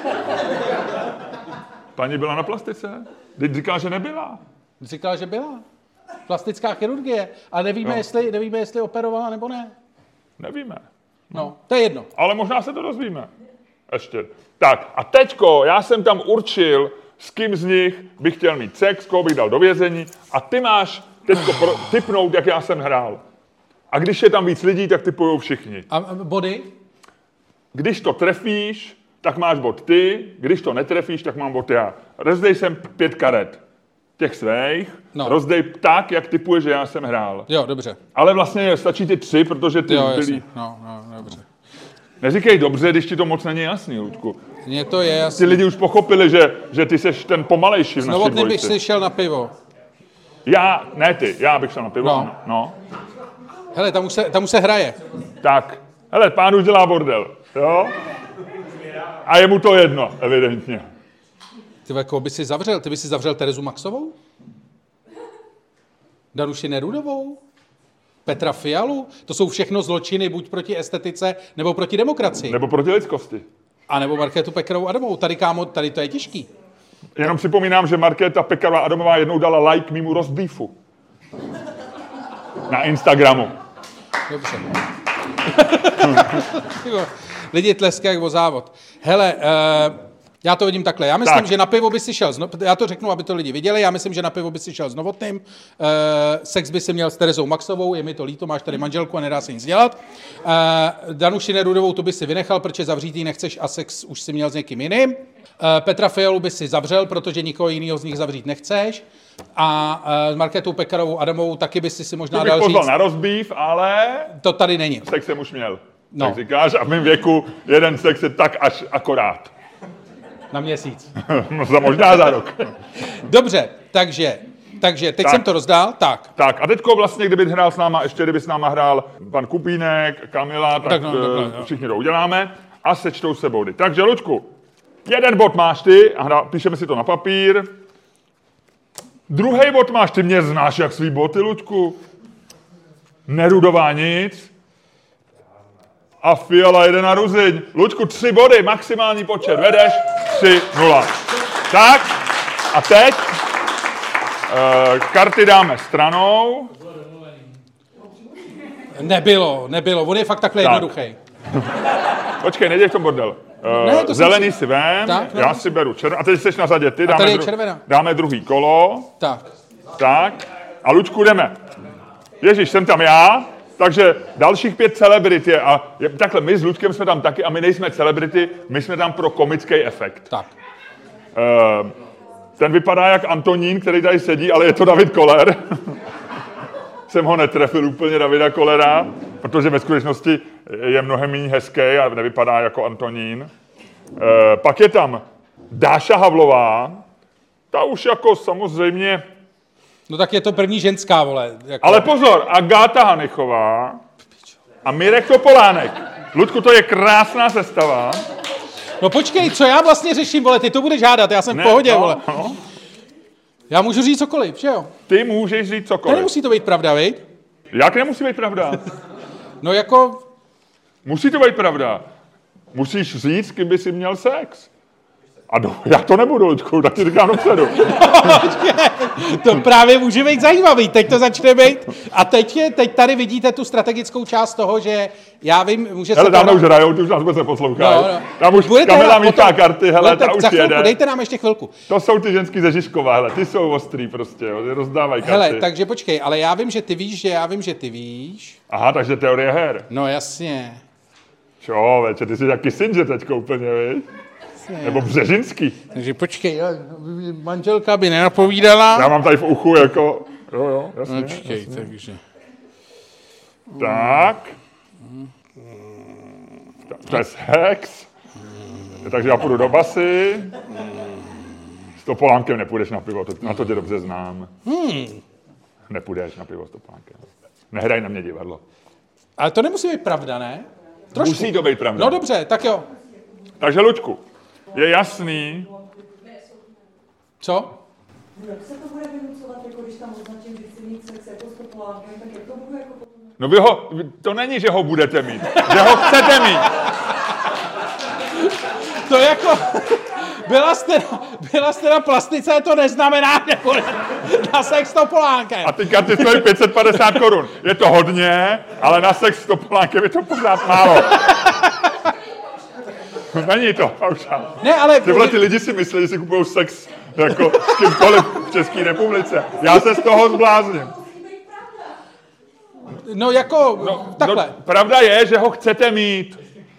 Paní byla na plastice? Teď říká, že nebyla. Říkala, že byla. Plastická chirurgie. A nevíme, jestli, nevíme, jestli operovala nebo ne. Nevíme. No, to je jedno. Ale možná se to dozvíme. Ještě. Tak a teďko, já jsem tam určil, s kým z nich bych chtěl mít sex, koho bych dal do vězení a ty máš teďko pro, tipnout, jak já jsem hrál. A když je tam víc lidí, tak typujou všichni. A body? Když to trefíš, tak máš bod ty, když to netrefíš, tak mám bod já. Rozdej jsem pět karet. Těch svých, no. Rozdej tak, jak typuje, že já jsem hrál. Jo, dobře. Ale vlastně stačí ty tři, protože ty jo, byli... No, no, dobře. Neříkej dobře, když ti to moc není jasný, Ludku. Mně to je jasný. Ty lidi už pochopili, že, že ty seš ten pomalejší v naší dvojici. Novotný bych si šel na pivo. Já, ne ty, já bych šel na pivo. No. no. Hele, tam už, se, tam už se hraje. Tak, hele, pán už dělá bordel, jo? A je mu to jedno, evidentně. Ty koho by si zavřel? Ty by si zavřel Terezu Maxovou? Danuši Nerudovou? Petra Fialu? To jsou všechno zločiny buď proti estetice, nebo proti demokracii. Nebo proti lidskosti. A nebo Markétu Pekarovou Adamovou. Tady, kámo, tady to je těžký. Jenom připomínám, že Markéta Pekarová Adamová jednou dala like mýmu roastbeefu. Na Instagramu. Dobře. Lidi tleskají o závod. Hele, uh, já to vidím takhle. Já myslím, tak. že na pivo by si šel, zno... já to řeknu, aby to lidi viděli, já myslím, že na pivo by si šel s Novotným, uh, sex by si měl s Terezou Maxovou, je mi to líto, máš tady manželku a nedá se nic dělat. Uh, Danuši Nerudovou to by si vynechal, protože zavřítý nechceš a sex už si měl s někým jiným. Uh, Petra Fialu by si zavřel, protože nikoho jiného z nich zavřít nechceš. A uh, s Markétou Pekarovou Adamovou taky by si si možná dal říct. na roastbeef, ale... To tady není. Sex jsem už měl. No. Tak říkáš, a v mém věku jeden sex je tak až akorát. Na měsíc. za možná za rok. Dobře, takže, takže teď tak. jsem to rozdál, tak. Tak a teďko vlastně, kdyby hrál s náma, ještě kdyby s náma hrál pan Kupínek, Kamila, tak, tak no, no, no. všichni to uděláme a sečtou se body. Takže, Luďku, jeden bod máš ty a hra, píšeme si to na papír. Druhý bod máš, ty mě znáš jak svý boty, Luďku. Nerudová nic. A Fiala jede na Ruzyň. Luďku, tři body, maximální počet. Vedeš? tři nula. Tak, a teď e, karty dáme stranou. Nebylo, nebylo. On je fakt takhle tak. jednoduchý. Počkej, neděj v tom bordel. E, ne, zelený si, si vem, tak, no. já si beru červený. A teď jsi na řadě ty. A dáme, tady je dru- červená. dáme druhý kolo. Tak. Tak. A Luďku, jdeme. Ježíš, jsem tam já. Takže dalších pět celebrit je, a je, takhle, my s Luďkem jsme tam taky a my nejsme celebrity, my jsme tam pro komický efekt. Tak. Uh, ten vypadá jak Antonín, který tady sedí, ale je to David Koller. Jsem ho netrefil úplně, Davida Kollera, protože ve skutečnosti je mnohem méně hezký a nevypadá jako Antonín. Uh, pak je tam Dáša Havlová, ta už jako samozřejmě... No tak je to první ženská, vole. Jako... Ale pozor, Agáta Hanichová a Mirek Topolánek. Ludku, to je krásná sestava. No počkej, co já vlastně řeším, vole, ty to budeš hádat, já jsem ne, v pohodě, no, vole. No. Já můžu říct cokoliv, že jo? Ty můžeš říct cokoliv. To nemusí to být pravda, viď? Jak nemusí být pravda? No jako... Musí to být pravda. Musíš říct, kým by si měl sex. A do, já to nebudu, Luďku, tak ti říkám dopředu. To právě může být zajímavý, teď to začne být. A teď, je, teď tady vidíte tu strategickou část toho, že já vím, může hele, se... Hele, tam už hrajou, ty už nás vůbec neposlouchají. No, no. Tam už budete Kamila mítá karty, hele, budete, ta už za chvilku, jede. dejte nám ještě chvilku. To jsou ty ženský ze Žižkova, hele, ty jsou ostrý prostě, jo, rozdávají karty. Hele, takže počkej, ale já vím, že ty víš, že já vím, že ty víš. Aha, takže teorie her. No jasně. Čo, veče, ty jsi jak Kissinger teďko úplně, viď? Nebo Břežinský. Takže počkej, jo, manželka by nenapovídala. Já mám tady v uchu jako, jo, jo, jasně. No, počkej, jasně. takže. Tak. To je sex. Takže já půjdu do basy. S Topolánkem nepůjdeš na pivo, to, na to tě dobře znám. Hmm. Nepůjdeš na pivo s Topolánkem. Nehraj na mě divadlo. Ale to nemusí být pravda, ne? Trošku. Musí to být pravda. No dobře, tak jo. Takže Luďku, je jasný... Co? Jak se to bude vynucovat, jako když tam označím, že chci mít sex jako s Topolánkem, tak jak to budu jako potom... No vy ho, to není, že ho budete mít, že ho chcete mít. To jako... Byla jste, na, byla jste na plastice, to neznamená, že bude na sex s Topolánkem. A ty karty stojí pět set padesát korun. Je to hodně, ale na sex s Topolánkem je to pořád málo. Není to, paušál. Ne, ale... Tyhle ty lidi si myslí, že si kupují sex jako s kýmkoliv v České republice. Já se z toho zblázním. No jako, no, takhle. No, pravda je, že ho chcete mít.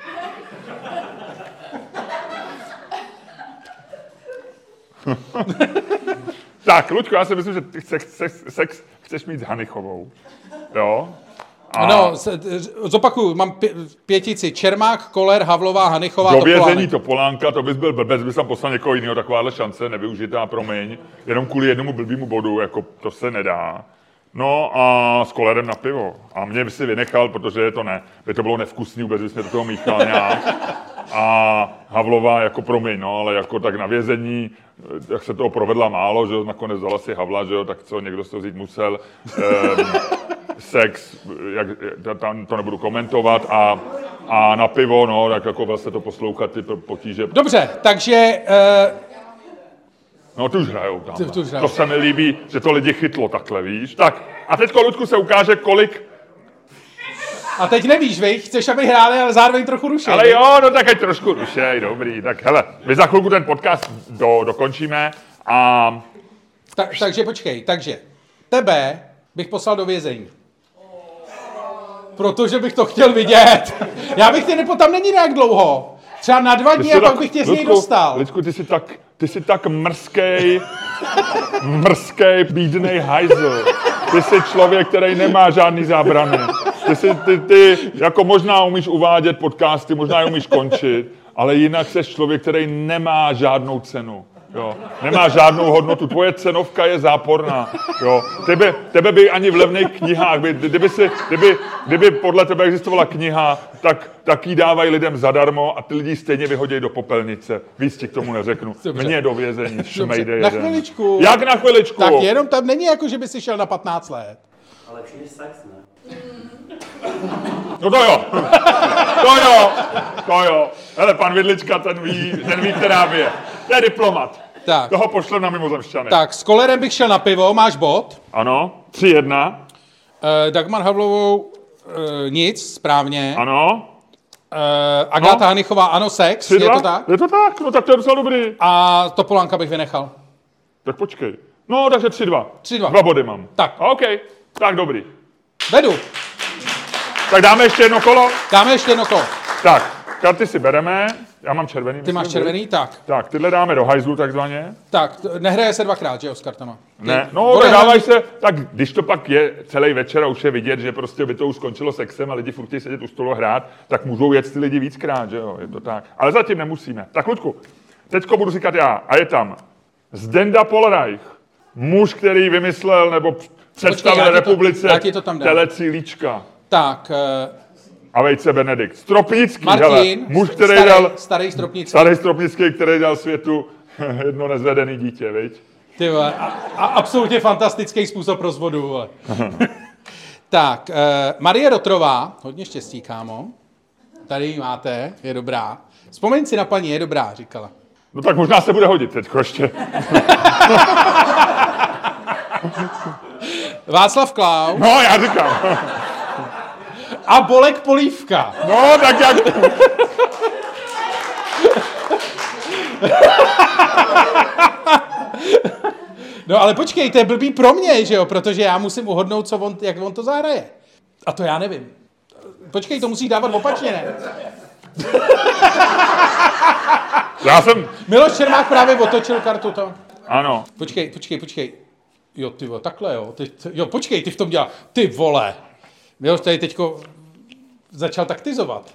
Tak, Luďko, já si myslím, že ty sex, sex, sex chceš mít s Hanichovou. Jo? A no, zopakuju, mám pě, pětici. Čermák, Koller, Havlová, Hanichová, do vězení Topolánek. Topolánka, to bys byl blbec, bys tam poslal někoho jiného, takováhle šance, nevyužitá, promiň. Jenom kvůli jednomu blbýmu bodu, jako to se nedá. No a s Kollerem na pivo. A mě by si vynechal, protože to ne, by to bylo nevkusný, vůbec bys mě do toho míchal nějak. A Havlová jako promiň, no, ale jako tak na vězení, jak se toho provedla málo, že jo, nakonec vzala si Havla, že jo, tak co, někdo se to vzít musel. Ehm, sex, jak, tam to nebudu komentovat, a, a na pivo, no, tak jako vlastně to poslouchat, ty potíže. Dobře, takže... Uh... No, tu už hrajou tam. Tu, tu už hrajou. To se mi líbí, že to lidi chytlo takhle, víš. Tak, a teďko, Ludku, se ukáže, kolik... A teď nevíš, vej, chceš, aby hráli, ale zároveň trochu rušej. Ale jo, no tak ať trošku rušej, dobrý. Tak hele, my za chvilku ten podcast do, dokončíme a... Ta, takže počkej, takže tebe bych poslal do vězení. Protože bych to chtěl vidět. Já bych tě nepo, tam není nějak dlouho. Třeba na dva dny a pak bych tě z něj dostal. Lidku, ty jsi tak, ty jsi tak mrzkej, mrzkej, bídnej hajzl. Ty jsi člověk, který nemá žádný zábrany. Ty, jsi, ty, ty jako možná umíš uvádět podcasty, možná je umíš končit, ale jinak jsi člověk, který nemá žádnou cenu. Jo. Nemá žádnou hodnotu. Tvoje cenovka je záporná. Jo. Tebe, tebe by ani v levných knihách, by, kdyby, si, kdyby, kdyby podle tebe existovala kniha, tak, tak ji dávají lidem zadarmo a ty lidi stejně vyhodí do popelnice. Víc ti k tomu neřeknu. Dobře. Mně do vězení šmejde Na jeden. chviličku. Jak na chviličku? Tak jenom tam není jako, že by si šel na patnáct let. Ale lepší než sex, ne? No to jo. To jo. To jo. Hele, pan Vidlička, ten ví, ten ví, která by je. To je diplomat. Tak. Toho pošlem na mimozemšťany. Tak, s Kollerem bych šel na pivo, máš bod. Ano, tři jedna. Uh, Dagmar Havlovou uh, nic, správně. Ano. Uh, Agáta No. Hanichová, ano, sex, Tři je dva? to tak? Je to tak, no tak to je docela dobrý. A Topolánka bych vynechal. Tak počkej. No, takže tři dva. Tři dva. Dva body mám. Tak. OK, tak dobrý. Vedu. Tak dáme ještě jedno kolo? Dáme ještě jedno kolo. Tak, karty si bereme. Já mám červený. Ty myslím, máš červený, tak. Tak, tyhle dáme do hajzlu takzvaně. Tak, t- nehraje se dvakrát, že jo, s kartama. Ty- Ne, no, Bude tak dávaj hraný- se, tak když to pak je celý večer a už je vidět, že prostě by to už skončilo sexem a lidi furt chtějí sedět u stolu hrát, tak můžou jet ty lidi víckrát, že jo, je to tak. Ale zatím nemusíme. Tak, Ludku, teďko budu říkat já, a je tam Zdenda Polreich, muž, který vymyslel nebo představil já ti to- republice já ti to tam dám. telecílíčka. Tak, uh, A vejce Benedikt. Stropnický, Martin, hele, muž, který starý, dal, starý Stropnický. starý Stropnický, který dal světu jedno nezvedený dítě, viď? Ty vole, a, a absolutně fantastický způsob rozvodu, vole. Tak, uh, Marie Rotrová, hodně štěstí, kámo. Tady ji máte, je dobrá. Vzpomeň si na paní, je dobrá, říkala. No tak možná se bude hodit teďko ještě. Václav Klaus. No, já říkám. A Bolek Polívka. No, tak jak... No ale počkej, to je blbý pro mě, že jo, protože já musím uhodnout, co on, jak on to zahraje. A to já nevím. Počkej, to musíš dávat opačně, ne? Já jsem... Miloš Čermák právě otočil kartu to. Ano. Počkej, počkej, počkej. Jo, ty vole, takhle jo. Ty, ty, jo, počkej, ty v tom dělá. Ty vole. Miloš tady teďko začal taktizovat.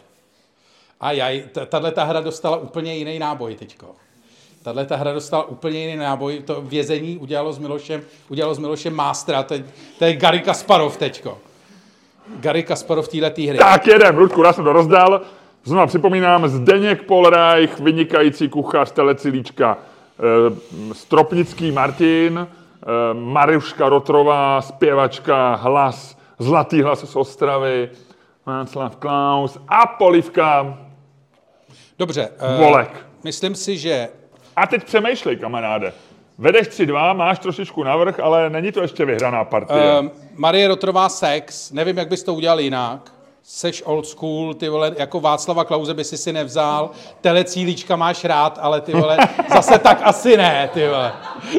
A jaj, tahle ta hra dostala úplně jiný náboj teďko. Tahle ta hra dostala úplně jiný náboj. To vězení udělalo s Milošem, udělalo s Milošem mástra. To, to je Garry Kasparov teďko. Garry Kasparov téhletý hry. Tak jedem, Ludku, já jsem to rozdal. Znovu připomínám, Zdeněk Polreich, vynikající kuchař, telecilíčka, e, Stropnický Martin, e, Mariuška Rotrová, zpěvačka, hlas, zlatý hlas z Ostravy, Václav Klaus a Polívka. Dobře. Bolek. Uh, myslím si, že... A teď přemýšlej, kamaráde. Vedeš tři dva, máš trošičku navrch, ale není to ještě vyhraná partie. Uh, Marie Rotrová sex, nevím, jak bys to udělal jinak. Seš old school, ty vole, jako Václava Klause by si si nevzal. Telecílíčka máš rád, ale ty vole, zase tak asi ne, ty vole.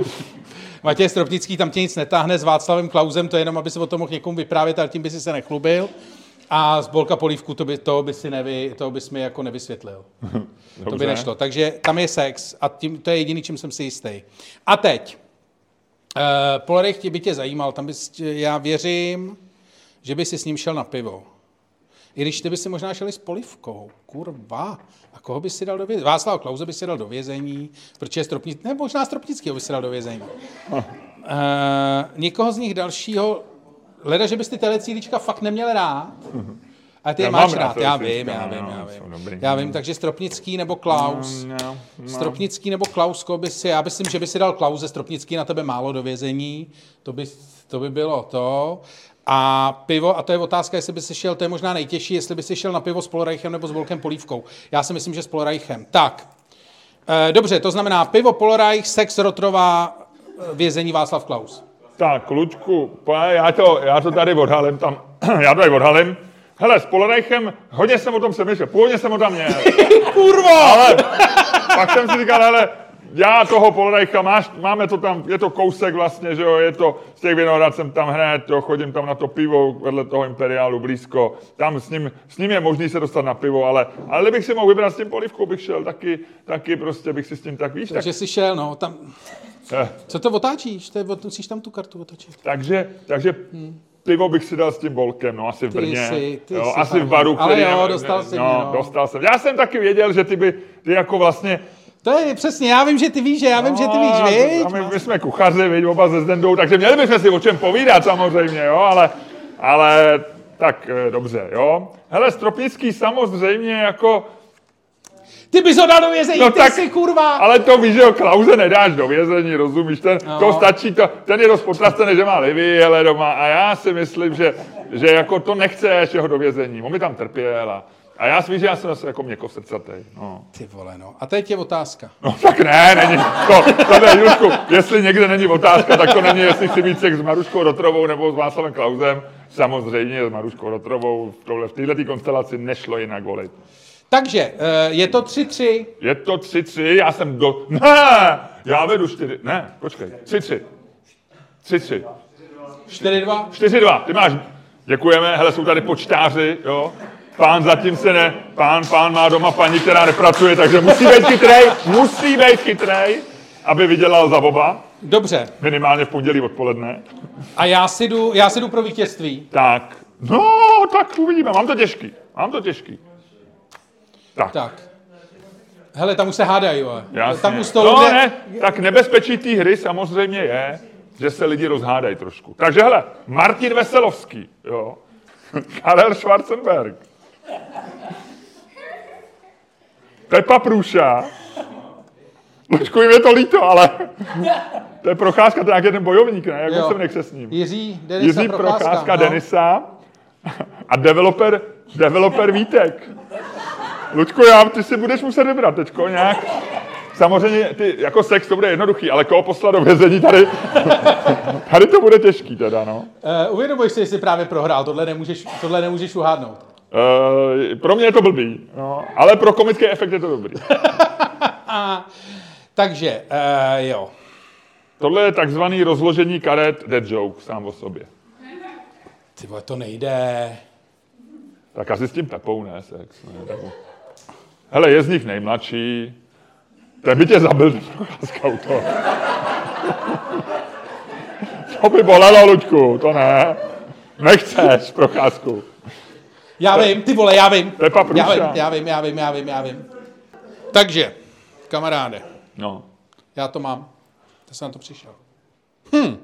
Matěj Stropnický, tam tě nic netáhne s Václavem Klausem, to je jenom, aby si o tom mohl někomu vyprávět, ale tím by si se nechlubil. A z Bolka Polívku, to by, to by si nevy, to bys mi jako nevysvětlil. To by nešlo. Takže tam je sex a tím, to je jediný, čím jsem si jistý. A teď. Uh, Polreich by tě zajímal, tam bys, já věřím, že by si s ním šel na pivo. I když ty by si možná šeli s Polívkou. Kurva. A koho by si dal do vězení? Václav Klause by si dal do vězení, protože Stropnický, ne, možná Stropnického by si dal do vězení. Uh, nikoho z nich dalšího, leda, že bys ty telecílíčka fakt neměl rád. Ale ty je máš rád, já vím, já vím, já vím. Já vím, takže Stropnický nebo Klaus. No, no, no. Stropnický nebo Klaus, koho by si, já myslím, že by si dal Klause, Stropnický na tebe málo do vězení, to by, to by bylo to. A pivo, a to je otázka, jestli by si šel, to je možná nejtěžší, jestli by si šel na pivo s Polreichem nebo s Bolkem Polívkou. Já si myslím, že s Polreichem. Tak, e, dobře, to znamená pivo Polreich, sex Rotrová, vězení Václav Klaus. Tak, Lučku, já to, já to tady odhalím, tam, já to tady odhalím. Hele, s Polreichem, hodně jsem o tom přemýšlel, původně jsem ho tam měl. Kurva! Ale pak jsem si říkal, hele, já toho Polreicha, máš, máme to tam, je to kousek vlastně, že jo, je to, z těch Vinohrad jsem tam hned, jo, chodím tam na to pivo vedle toho Imperiálu blízko, tam s ním, s ním je možný se dostat na pivo, ale, ale kdybych si mohl vybrat s tím Polívkou, bych šel taky, taky prostě bych si s tím tak, víš, takže tak... jsi šel, no, tam... Eh. Co to otáčíš? To je, musíš tam tu kartu otočit. Takže, takže hmm. pivo bych si dal s tím Bolkem, no asi v Brně, ty jsi, ty jo, jsi asi v baru, který... Ale jo, ne, dostal ne, jsi no, mě, no. dostal jsem. Já jsem taky věděl, že ty by, ty jako vlastně... To je přesně, já vím, že ty víš, že já vím, no, že ty víš, viď? A my, my jsme kuchaři, viď, oba se Zdendou, takže měli bychom si o čem povídat samozřejmě, jo, ale, ale tak dobře, jo. Hele, Stropnický samozřejmě jako... Ty bys ho dal do vězení, no ty tak, jsi kurva! Ale to víš, že ho Klause nedáš do vězení, rozumíš, ten, no. To stačí, to, ten je dost potrastený, že má Livy, hele doma a já si myslím, že, že jako to nechceš jeho do vězení, on by tam trpěl a, a já si víš, že já jsem zase jako měko srdcatej, no. Ty vole, no. A teď je otázka. No tak ne, není, to, to ne, Južku, jestli někde není otázka, tak to není, jestli chci mít sex s Maruškou Rotrovou nebo s Václavem Klausem, samozřejmě s Maruškou Rotrovou, v této konstelaci nešlo jinak volit. Takže, je to tři tři. Je to tři tři, já jsem do... Ne, já vedu čtyři, ne, počkej, tři tři. tři tři. čtyři dva. čtyři dva, ty máš, děkujeme, hele, jsou tady počtáři, jo. Pán zatím se ne, pán, pán má doma paní, která nepracuje, takže musí být chytrej, musí být chytrej, aby vydělal za oba. Dobře. Minimálně v pondělí odpoledne. A já si jdu, já si jdu pro vítězství. Tak, no, tak uvidíme, mám to těžký, mám to těžký. Tak. tak. Hele, tam už se hádají, jo. Jasně. Tam u stolu no, ne... ne, tak nebezpečí té hry samozřejmě je, že se lidi rozhádají trošku. Takže hele, Martin Veselovský, jo. Karel Schwarzenberg. Pepa Průša. Počku, jim je to líto, ale to je Procházka, to je nějaký ten bojovník, ne? Jak on se nechce s ním? Jiří Denisa Jiří Procházka, Procházka no. Denisa a developer, developer Vítek. Luďko, já, ty si budeš muset vybrat teďko nějak samozřejmě ty, jako sex to bude jednoduchý, ale koho poslat do vězení tady, tady to bude těžký teda, no. Uh, uvědomuješ si, že jsi právě prohrál, tohle nemůžeš, tohle nemůžeš uhádnout. Uh, pro mě je to blbý, no, ale pro komický efekt je to dobrý. Takže, uh, jo. Tohle je takzvaný rozložení karet dead joke sám o sobě. Ty vole, to nejde. Tak asi s tím Pepou, ne, sex. Ne, tak... Hele, je z nich nejmladší. Ten by tě zabil, ten Procházka u toho. To by bolelo, Luďku, to ne. Nechceš Procházku. Já vím, ty vole, já vím. Pepa Průša. Já vím, já vím, já vím, já vím, já vím. Takže, kamaráde, No. já to mám. To jsem na to přišel. Hm.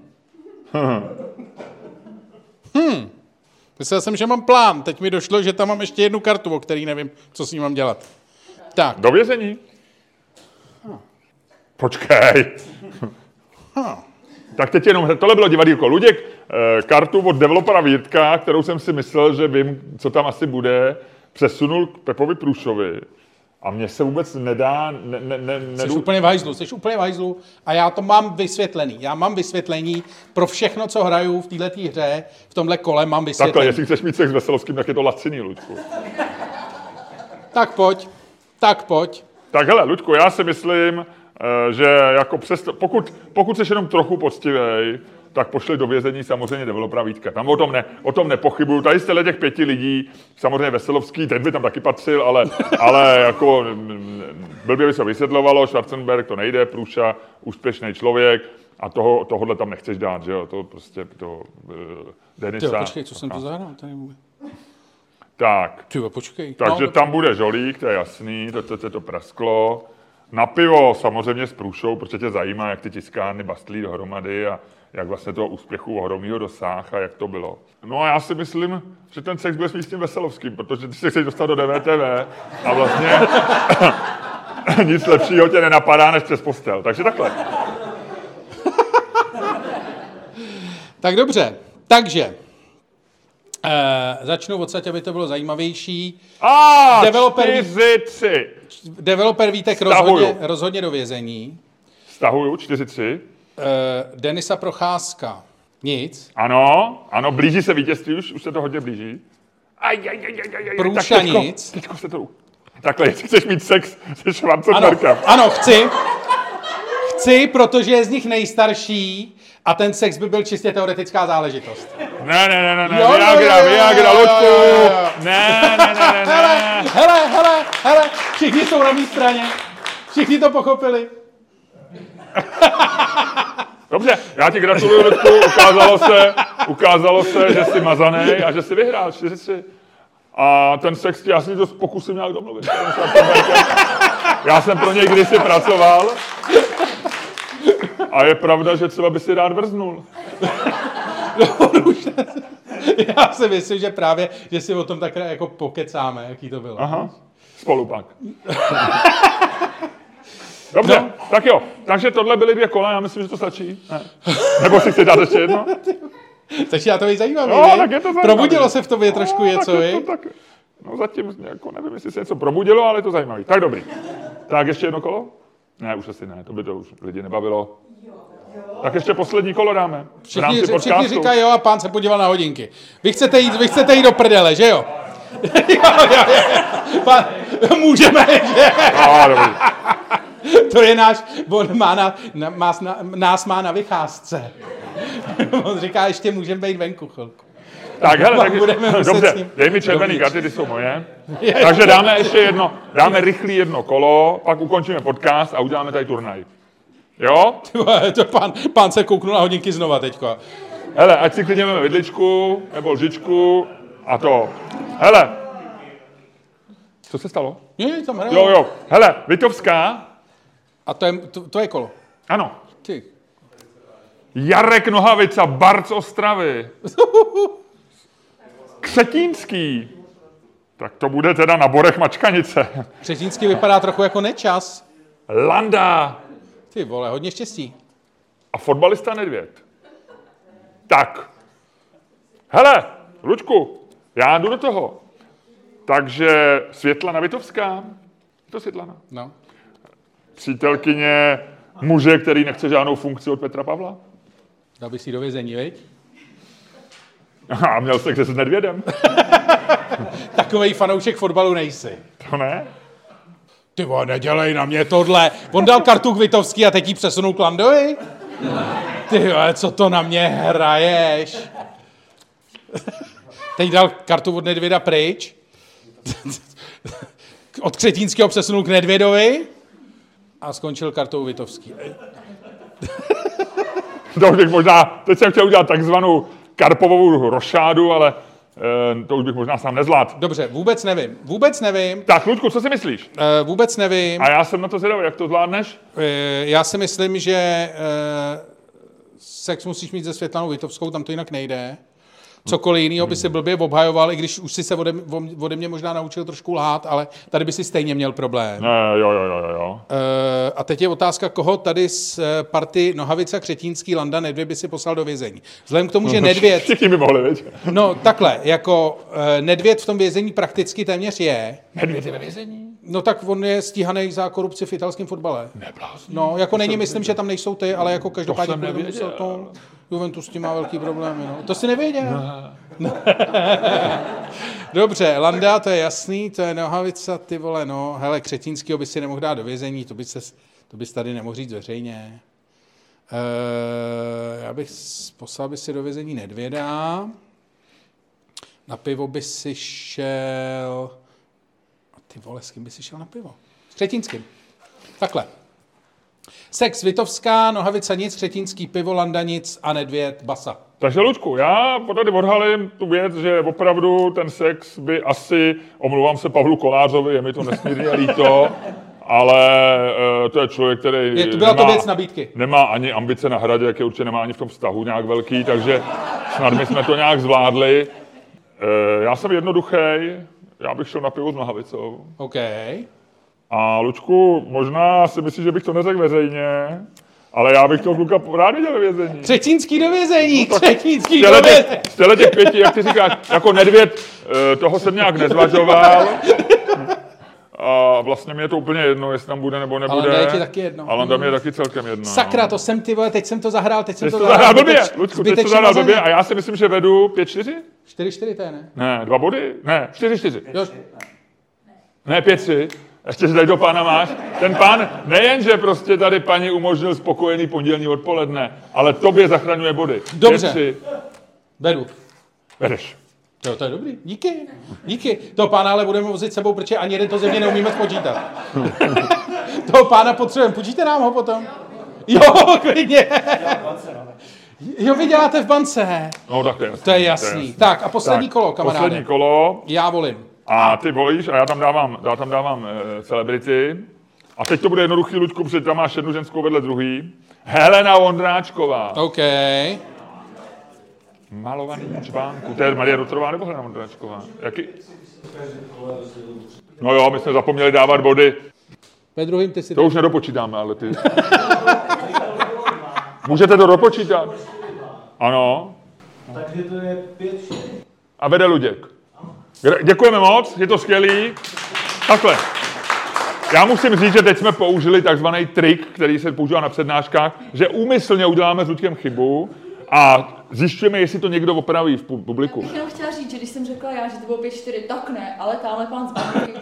Hm. Myslel jsem, že mám plán. Teď mi došlo, že tam mám ještě jednu kartu, o který nevím, co s ní mám dělat. Tak. Do vězení? Hm. Počkej. Hm. Tak teď jenom, tohle bylo divadýlko. Luděk, eh, kartu od developera Vírtka, kterou jsem si myslel, že vím, co tam asi bude, přesunul k Pepovi Průšovi. A mně se vůbec nedá... Ne, ne, ne, Jsi nedu... úplně v hajzlu, jsi úplně v hajzlu a já to mám vysvětlený. Já mám vysvětlení pro všechno, co hraju v této hře, v tomhle kole mám vysvětlení. Takhle, jestli chceš mít sex s Veselovským, tak je to laciný, Luďku. Tak pojď, tak pojď. Tak hele, Luďku, já si myslím, že jako přesto, pokud, pokud jsi jenom trochu poctivej, tak pošli do vězení samozřejmě developera Vítka. Tam o tom, ne, o tom nepochybuju. Tady jste těch pěti lidí, samozřejmě Veselovský, ten by tam taky patřil, ale, ale jako blbě by se vysvětlovalo, Schwarzenberg to nejde, Průša, úspěšný člověk a toho, tohohle tam nechceš dát, že jo, to prostě to uh, Denisa. Tyjo, počkej, co jsem to zahrál? Tady vůbec. Tak, Tyjo, počkej. takže no, tam bude žolík, to je jasný, to, to, to, to prasklo. Na pivo samozřejmě s Průšou, protože tě zajímá, jak ty tiskárny bastlí dohromady a jak vlastně toho úspěchu ohromného dosáh a jak to bylo. No a já si myslím, že ten sex bude s tím Veselovským, protože ty se chceš dostat do D V T V a vlastně nic lepšího tě nenapadá než přes postel. Takže takhle. Tak dobře, takže eh, začnu odsaď, aby to bylo zajímavější. A Developer- čtyři tři. Developer Vítek rozhodně, rozhodně do vězení. Stahuju, čtyři tři. Eh, Denisa Procházka. Nic. Ano, ano, blíží se vítězství už, už se to hodně blíží. Aj, aj, aj, aj, aj, aj. Průša tak teďko, nic. Teďko se to... Takhle, jestli chceš mít sex se Ano, Schwarzenbergem. ano, chci. Chci, protože je z nich nejstarší a ten sex by byl čistě teoretická záležitost. Ne, ne, ne, ne, ne, Jo, jo, Viagra, jo, jo, Viagra, jo, Luďku. jo, jo, jo. Ne, ne, ne, ne, Hele, ne. hele, hele, hele, všichni jsou na mé straně. Všichni to pochopili. Dobře, já ti gratuluju, Luďku, ukázalo se, ukázalo se, že jsi mazanej a že jsi vyhrál čtyři tři. A ten sex, já si to pokusím nějak domluvit. Já jsem pro něj kdysi pracoval. A je pravda, že třeba by si rád vrznul. Já si myslím, že právě, že si o tom tak jako pokecáme, jaký to bylo. Aha, spolu pak. Dobře, no. Tak jo. Takže tohle byly dvě kola, já myslím, že to stačí. Ne. Nebo si chci dát ještě jedno? Takže já to víc zajímavý, No, tak je to zajímavý. Probudilo se v tobě trošku no, něco, tak je to, vi? tak, no zatím, jako nevím, jestli se něco probudilo, ale je to zajímavý. Tak dobrý. Tak ještě jedno kolo? Ne, už asi ne, to by to už lidi nebavilo. Tak ještě poslední kolo dáme. Všichni, všichni říkají jo a pán se podíval na hodinky. Vy chcete jít, vy chcete jít do prdele, že jo? jo, jo, jo. Pán, můžeme, že? No, dobrý. To je náš, on má na, na, má, na, nás má na vycházce. On říká, ještě můžeme být venku chvilku. Tak hele, tak, budeme dobře, dej mi červený karty, ty jsou moje. Takže dáme ještě jedno, dáme rychlý jedno kolo, pak ukončíme podcast a uděláme tady turnaj. Jo? To pán, pán se kouknul na hodinky znova teďko. Hele, ať si klidně máme vidličku, nebo lžičku a to. Hele. Co se stalo? Je, tam hrál. Jo, jo. Hele, Vitovská. A to je, to, to je kolo. Ano. Ty. Jarek Nohavica, Barc Ostravy. Křetínský. Tak to bude teda na Borech Mačkanice. Křetínský vypadá trochu jako Nečas. Landa. Ty vole, hodně štěstí. A fotbalista Nedvěd. Tak. Hele, Luďku, já jdu do toho. Takže Světlana Vitovská. Je to Světlana? No. přítelkyně muže, který nechce žádnou funkci od Petra Pavla. Dal bys si do vězení, viď? A měl sex s Nedvědem. Takovej fanoušek fotbalu nejsi. To ne? Ty vole, nedělej na mě tohle. On dal kartu Kvitovský a teď ji přesunul k Landovi? Ty vole, co to na mě hraješ? Teď dal kartu od Nedvěda pryč. Od Křetínského přesunul k Nedvědovi a skončil kartou Vitovský. To už bych možná, teď jsem chtěl udělat takzvanou Karpovou rošádu, ale e, to už bych možná sám nezvládl. Dobře, vůbec nevím. Vůbec nevím. Tak, Luďku, co si myslíš? Uh, vůbec nevím. A já jsem na to zvědavý, jak to zvládneš? Uh, já si myslím, že uh, sex musíš mít se Světlanou Vitovskou, tam to jinak nejde. Cokoliv jiného by si blbě obhajoval, i když už si se ode, ode mě možná naučil trošku lhát, ale tady by si stejně měl problém. Ne, jo, jo, jo, jo. E, a teď je otázka, koho tady z party Nohavica, Křetínský, Landa, Nedvěd by si poslal do vězení. Vzhledem k tomu, že Nedvěd... Všichni by mohli, viď? No takhle, jako e, Nedvěd v tom vězení prakticky téměř je. Nedvěd je ve vězení? No tak on je stíhaný za korupci v italském fotbale. Neblázný. No, jako není, myslím, že tam nejsou ty, ale jako každopádně... To jsem nevěděl. To, Juventus s tím má velký problémy, no. To si nevěděl? No. Dobře, Landa, to je jasný, to je Nohavica, ty vole, no. Hele, Křetínskýho by si nemohl dát do vězení, to bys, se, to bys tady nemohl říct veřejně. E, já bych poslal by si do vězení Nedvěda. Na pivo by si šel... A ty vole, s kým by si šel na pivo? S Křetínským. Takhle. Sex Vitovská, Nohavica nic, Křetínský pivo, Landa nic a Nedvěd basa. Takže, Luďku, já tady odhalím tu věc, že opravdu ten sex by asi, omlouvám se Pavlu Kolářovi, je mi to nesmírně líto, ale uh, to je člověk, který je, to byla nemá, to věc nabídky. Nemá ani ambice na hradě, jak je určitě nemá ani v tom vztahu nějak velký, takže snad my jsme to nějak zvládli. Uh, já jsem jednoduchý, já bych šel na pivo s Nohavicou. OK. A Lučku, možná si myslíš, že bych to neřekl veřejně, ale já bych toho kluka rád viděl ve vězení. Křetínský do vězení, no, Křetínský do vězení. Z těle těch pěti, jak ty říkáš, jako Nedvěd, toho jsem nějak nezvažoval. A vlastně mě je to úplně jedno, jestli tam bude nebo nebude. Ale je ti taky jedno. Ale tam je taky celkem jedno. Sakra, to jsem ty vole, teď jsem to zahrál, teď jsem to, to zahrál blbě. Lučku, teď to zahrál blbě a já si myslím, že vedu pět čtyři? čtyři čtyři to je, ne? Ne, dva body? Ne, čtyři čtyři. Ne, pět tři. Ještě tady do pána máš. Ten pán nejen, že prostě tady paní umožnil spokojený pondělní odpoledne, ale tobě zachraňuje body. Dobře. Vedu. Vedeš. To, to je dobrý. Díky. Díky. Toho pána ale budeme vozit sebou, protože ani jeden to země neumíme spočítat. Toho pána potřebujeme. Počíte nám ho potom? Jo, klidně. Jo, vy děláte v bance. No, tak to je jasný. To je jasný. Tak a poslední tak, kolo, kamaráde. Poslední kolo. Já volím. A ty volíš a já tam dávám, já tam dávám e, celebrity. A teď to bude jednoduchý, Luďku, protože tam máš jednu ženskou vedle druhý. Helena Vondráčková. OK. Malovaný čvánku. To je Marie Rotrová nebo Helena Vondráčková? Jaký? No jo, my jsme zapomněli dávat body. Ve druhým ty si... To už nedopočítáme, ale ty... Můžete to dopočítat? Ano. Takže to je pět šest. A vede Luděk. Děkujeme moc, je to skvělý. Takhle. Já musím říct, že teď jsme použili takzvaný trik, který se používá na přednáškách, že úmyslně uděláme s Luďkem chybu a zjišťujeme, jestli to někdo opraví v publiku. Já bych jenom chtěla říct, že když jsem řekla já, že to bylo pět čtyři, tak ne, ale tamhle pán z banky.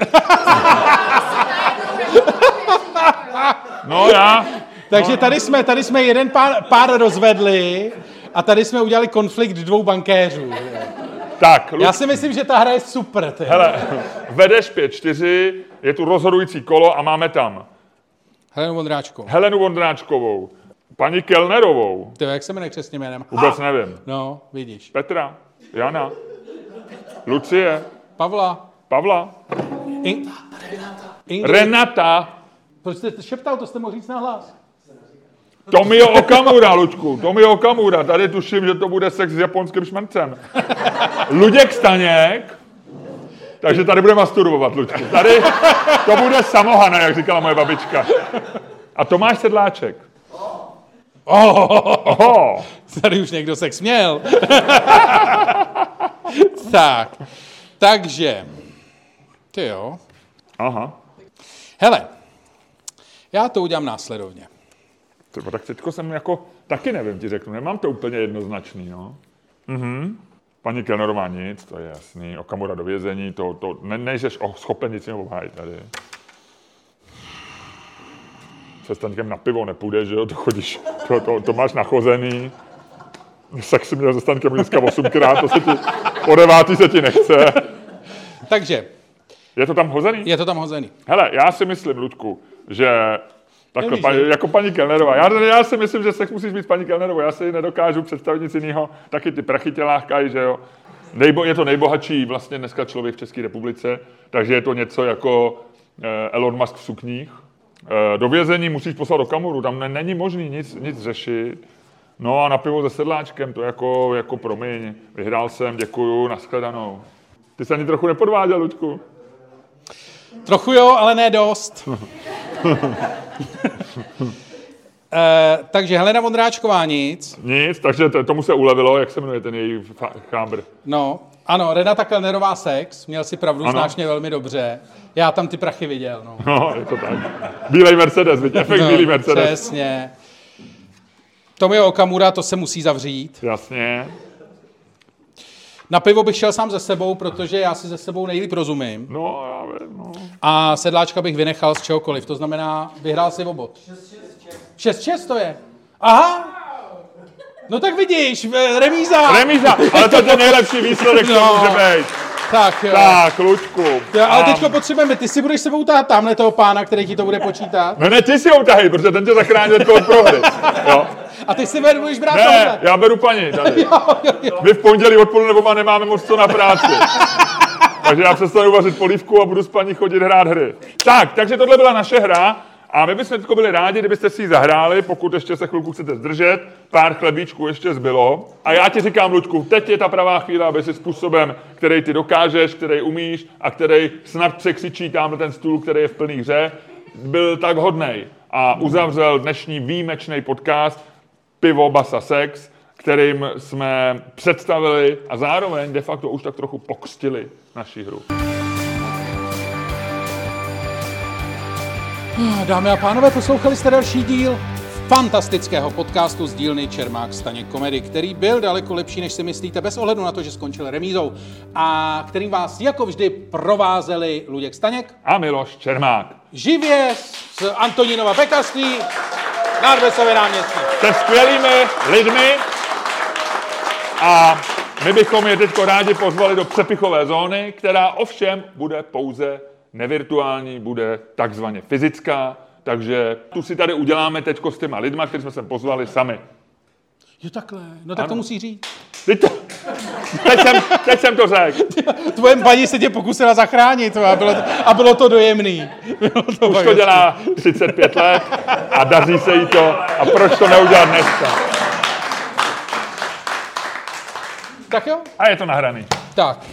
No já... Takže tady jsme, tady jsme jeden pár, pár rozvedli a tady jsme udělali konflikt dvou bankéřů. Tak, Luď... Já si myslím, že ta hra je super. Ty. Hele, vedeš pět čtyři, je tu rozhodující kolo a máme tam Helenu Vondráčkovou. Helenu Vondráčkovou, paní Kellnerovou. Ty, jak se jmenuje křestně jménem? Vůbec nevím. No, vidíš. Petra, Jana, Lucie, Pavla. Pavla, In... Ingrid. Renata. Proč jste šeptal, to jste mohl říct nahlas. Tomio Okamura, Lučku, Tomio Okamura. Tady tuším, že to bude sex s japonským šmencem. Luděk Staněk. Takže tady budeme masturbovat, Lučku. Tady to bude samohana, jak říkala moje babička. A Tomáš Sedláček. Oh, Oho. Tady už někdo sex měl. Tak, takže, ty jo. Aha. Hele, Já to udělám následovně. Třeba, tak teďko jsem jako, taky nevím, ti řeknu, nemám to úplně jednoznačný, no. Mhm. Paní Kellnerová nic, to je jasný, Okamura do vězení, to, to ne, nejseš schopen nic jiného obhájit tady. Se Staňkem na pivo nepůjde, že jo, to chodíš, to, to, to máš nachozený. Tak si měl se Staňkem dneska osmkrát, to se ti, po devátý se ti nechce. Takže. Je to tam hozený? Je to tam hozený. Hele, já si myslím, Ludku, že takhle, Nevíš, paní, že? jako paní Kellnerová. Já, já si myslím, že sex musíš být s paní Kellnerovou. Já si nedokážu představit nic jiného. Taky ty prachy tě lákají, že jo. Nejbo, je to nejbohatší vlastně dneska člověk v České republice, takže je to něco jako eh, Elon Musk v sukních. Eh, do vězení musíš poslat do Okamuru, tam ne, není možný nic, nic řešit. No a na pivo se sedláčkem, to jako, jako promiň. Vyhrál jsem, děkuju, nashledanou. Ty se ani trochu nepodváděl, Luďku? Trochu jo, ale ne dost. e, takže Helena Vondráčková nic. Nic, takže to, tomu se ulevilo, jak se jmenuje ten její chábr. No, ano, Renata Kellnerová sex, měl si pravdu, Ano. znáš mě velmi dobře. Já tam ty prachy viděl, no. No, je to tak. Bílej Mercedes, viď? Efekt no, bílý Mercedes. Přesně. Tomio Okamura, to se musí zavřít. Jasně. Na pivo bych šel sám ze sebou, protože já si ze sebou nejlíp rozumím. No, já vím, no. A sedláčka bych vynechal z čehokoliv, to znamená, vyhrál si obod. šest šest to je. Aha! No tak vidíš, remíza. Remíza, ale to je ten nejlepší výsledek, co No. může být. Tak, jo. Tak, Luďku. Jo, ale A- teďko potřebujeme, ty si budeš sebou tát tamhle toho pána, který ti to bude počítat. No ne, ty si ho tahej, protože ten tě zachrání od toho prohry. Jo. A ty si budeš brát Ne, tohle. já beru paní tady. Jo, jo, jo. My v pondělí odpoledne oba nemáme moc co na práci. Takže já přestanu vařit polívku a budu s paní chodit hrát hry. Tak, takže tohle byla naše hra. A my bychom teď byli rádi, kdybyste si ji zahráli, pokud ještě se chvilku chcete zdržet. Pár chlebíčků ještě zbylo. A já ti říkám, Luďku, teď je ta pravá chvíle, aby si způsobem, který ty dokážeš, který umíš a který snad překřičí tamhle ten stůl, který je v plný hře, byl tak hodnej a uzavřel dnešní výjimečný podcast Pivo, Basa, Sex, kterým jsme představili a zároveň de facto už tak trochu pokřtili naši hru. Dámy a pánové, poslouchali jste další díl fantastického podcastu z dílny Čermák Staněk Komedy, který byl daleko lepší, než si myslíte, bez ohledu na to, že skončil remízou, a kterým vás jako vždy provázeli Luděk Staněk A Miloš Čermák. živě z Antonínova pekařství na Arbesově náměstí. Se skvělými lidmi a my bychom je teď rádi pozvali do přepichové zóny, která ovšem bude pouze nevirtuální, bude takzvaně fyzická, takže tu si tady uděláme teďko s těma lidma, který jsme sem pozvali sami. Jo takhle, no tak Ano. to musí říct. Teď, to, teď, jsem, teď jsem to řekl. Tvoje paní se tě pokusila zachránit a bylo to, a bylo to dojemný. Bylo to Už fakt to dělá třicet pět let a daří se jí to. A proč to neudělat dneska? Tak jo? A je to nahraný. Tak.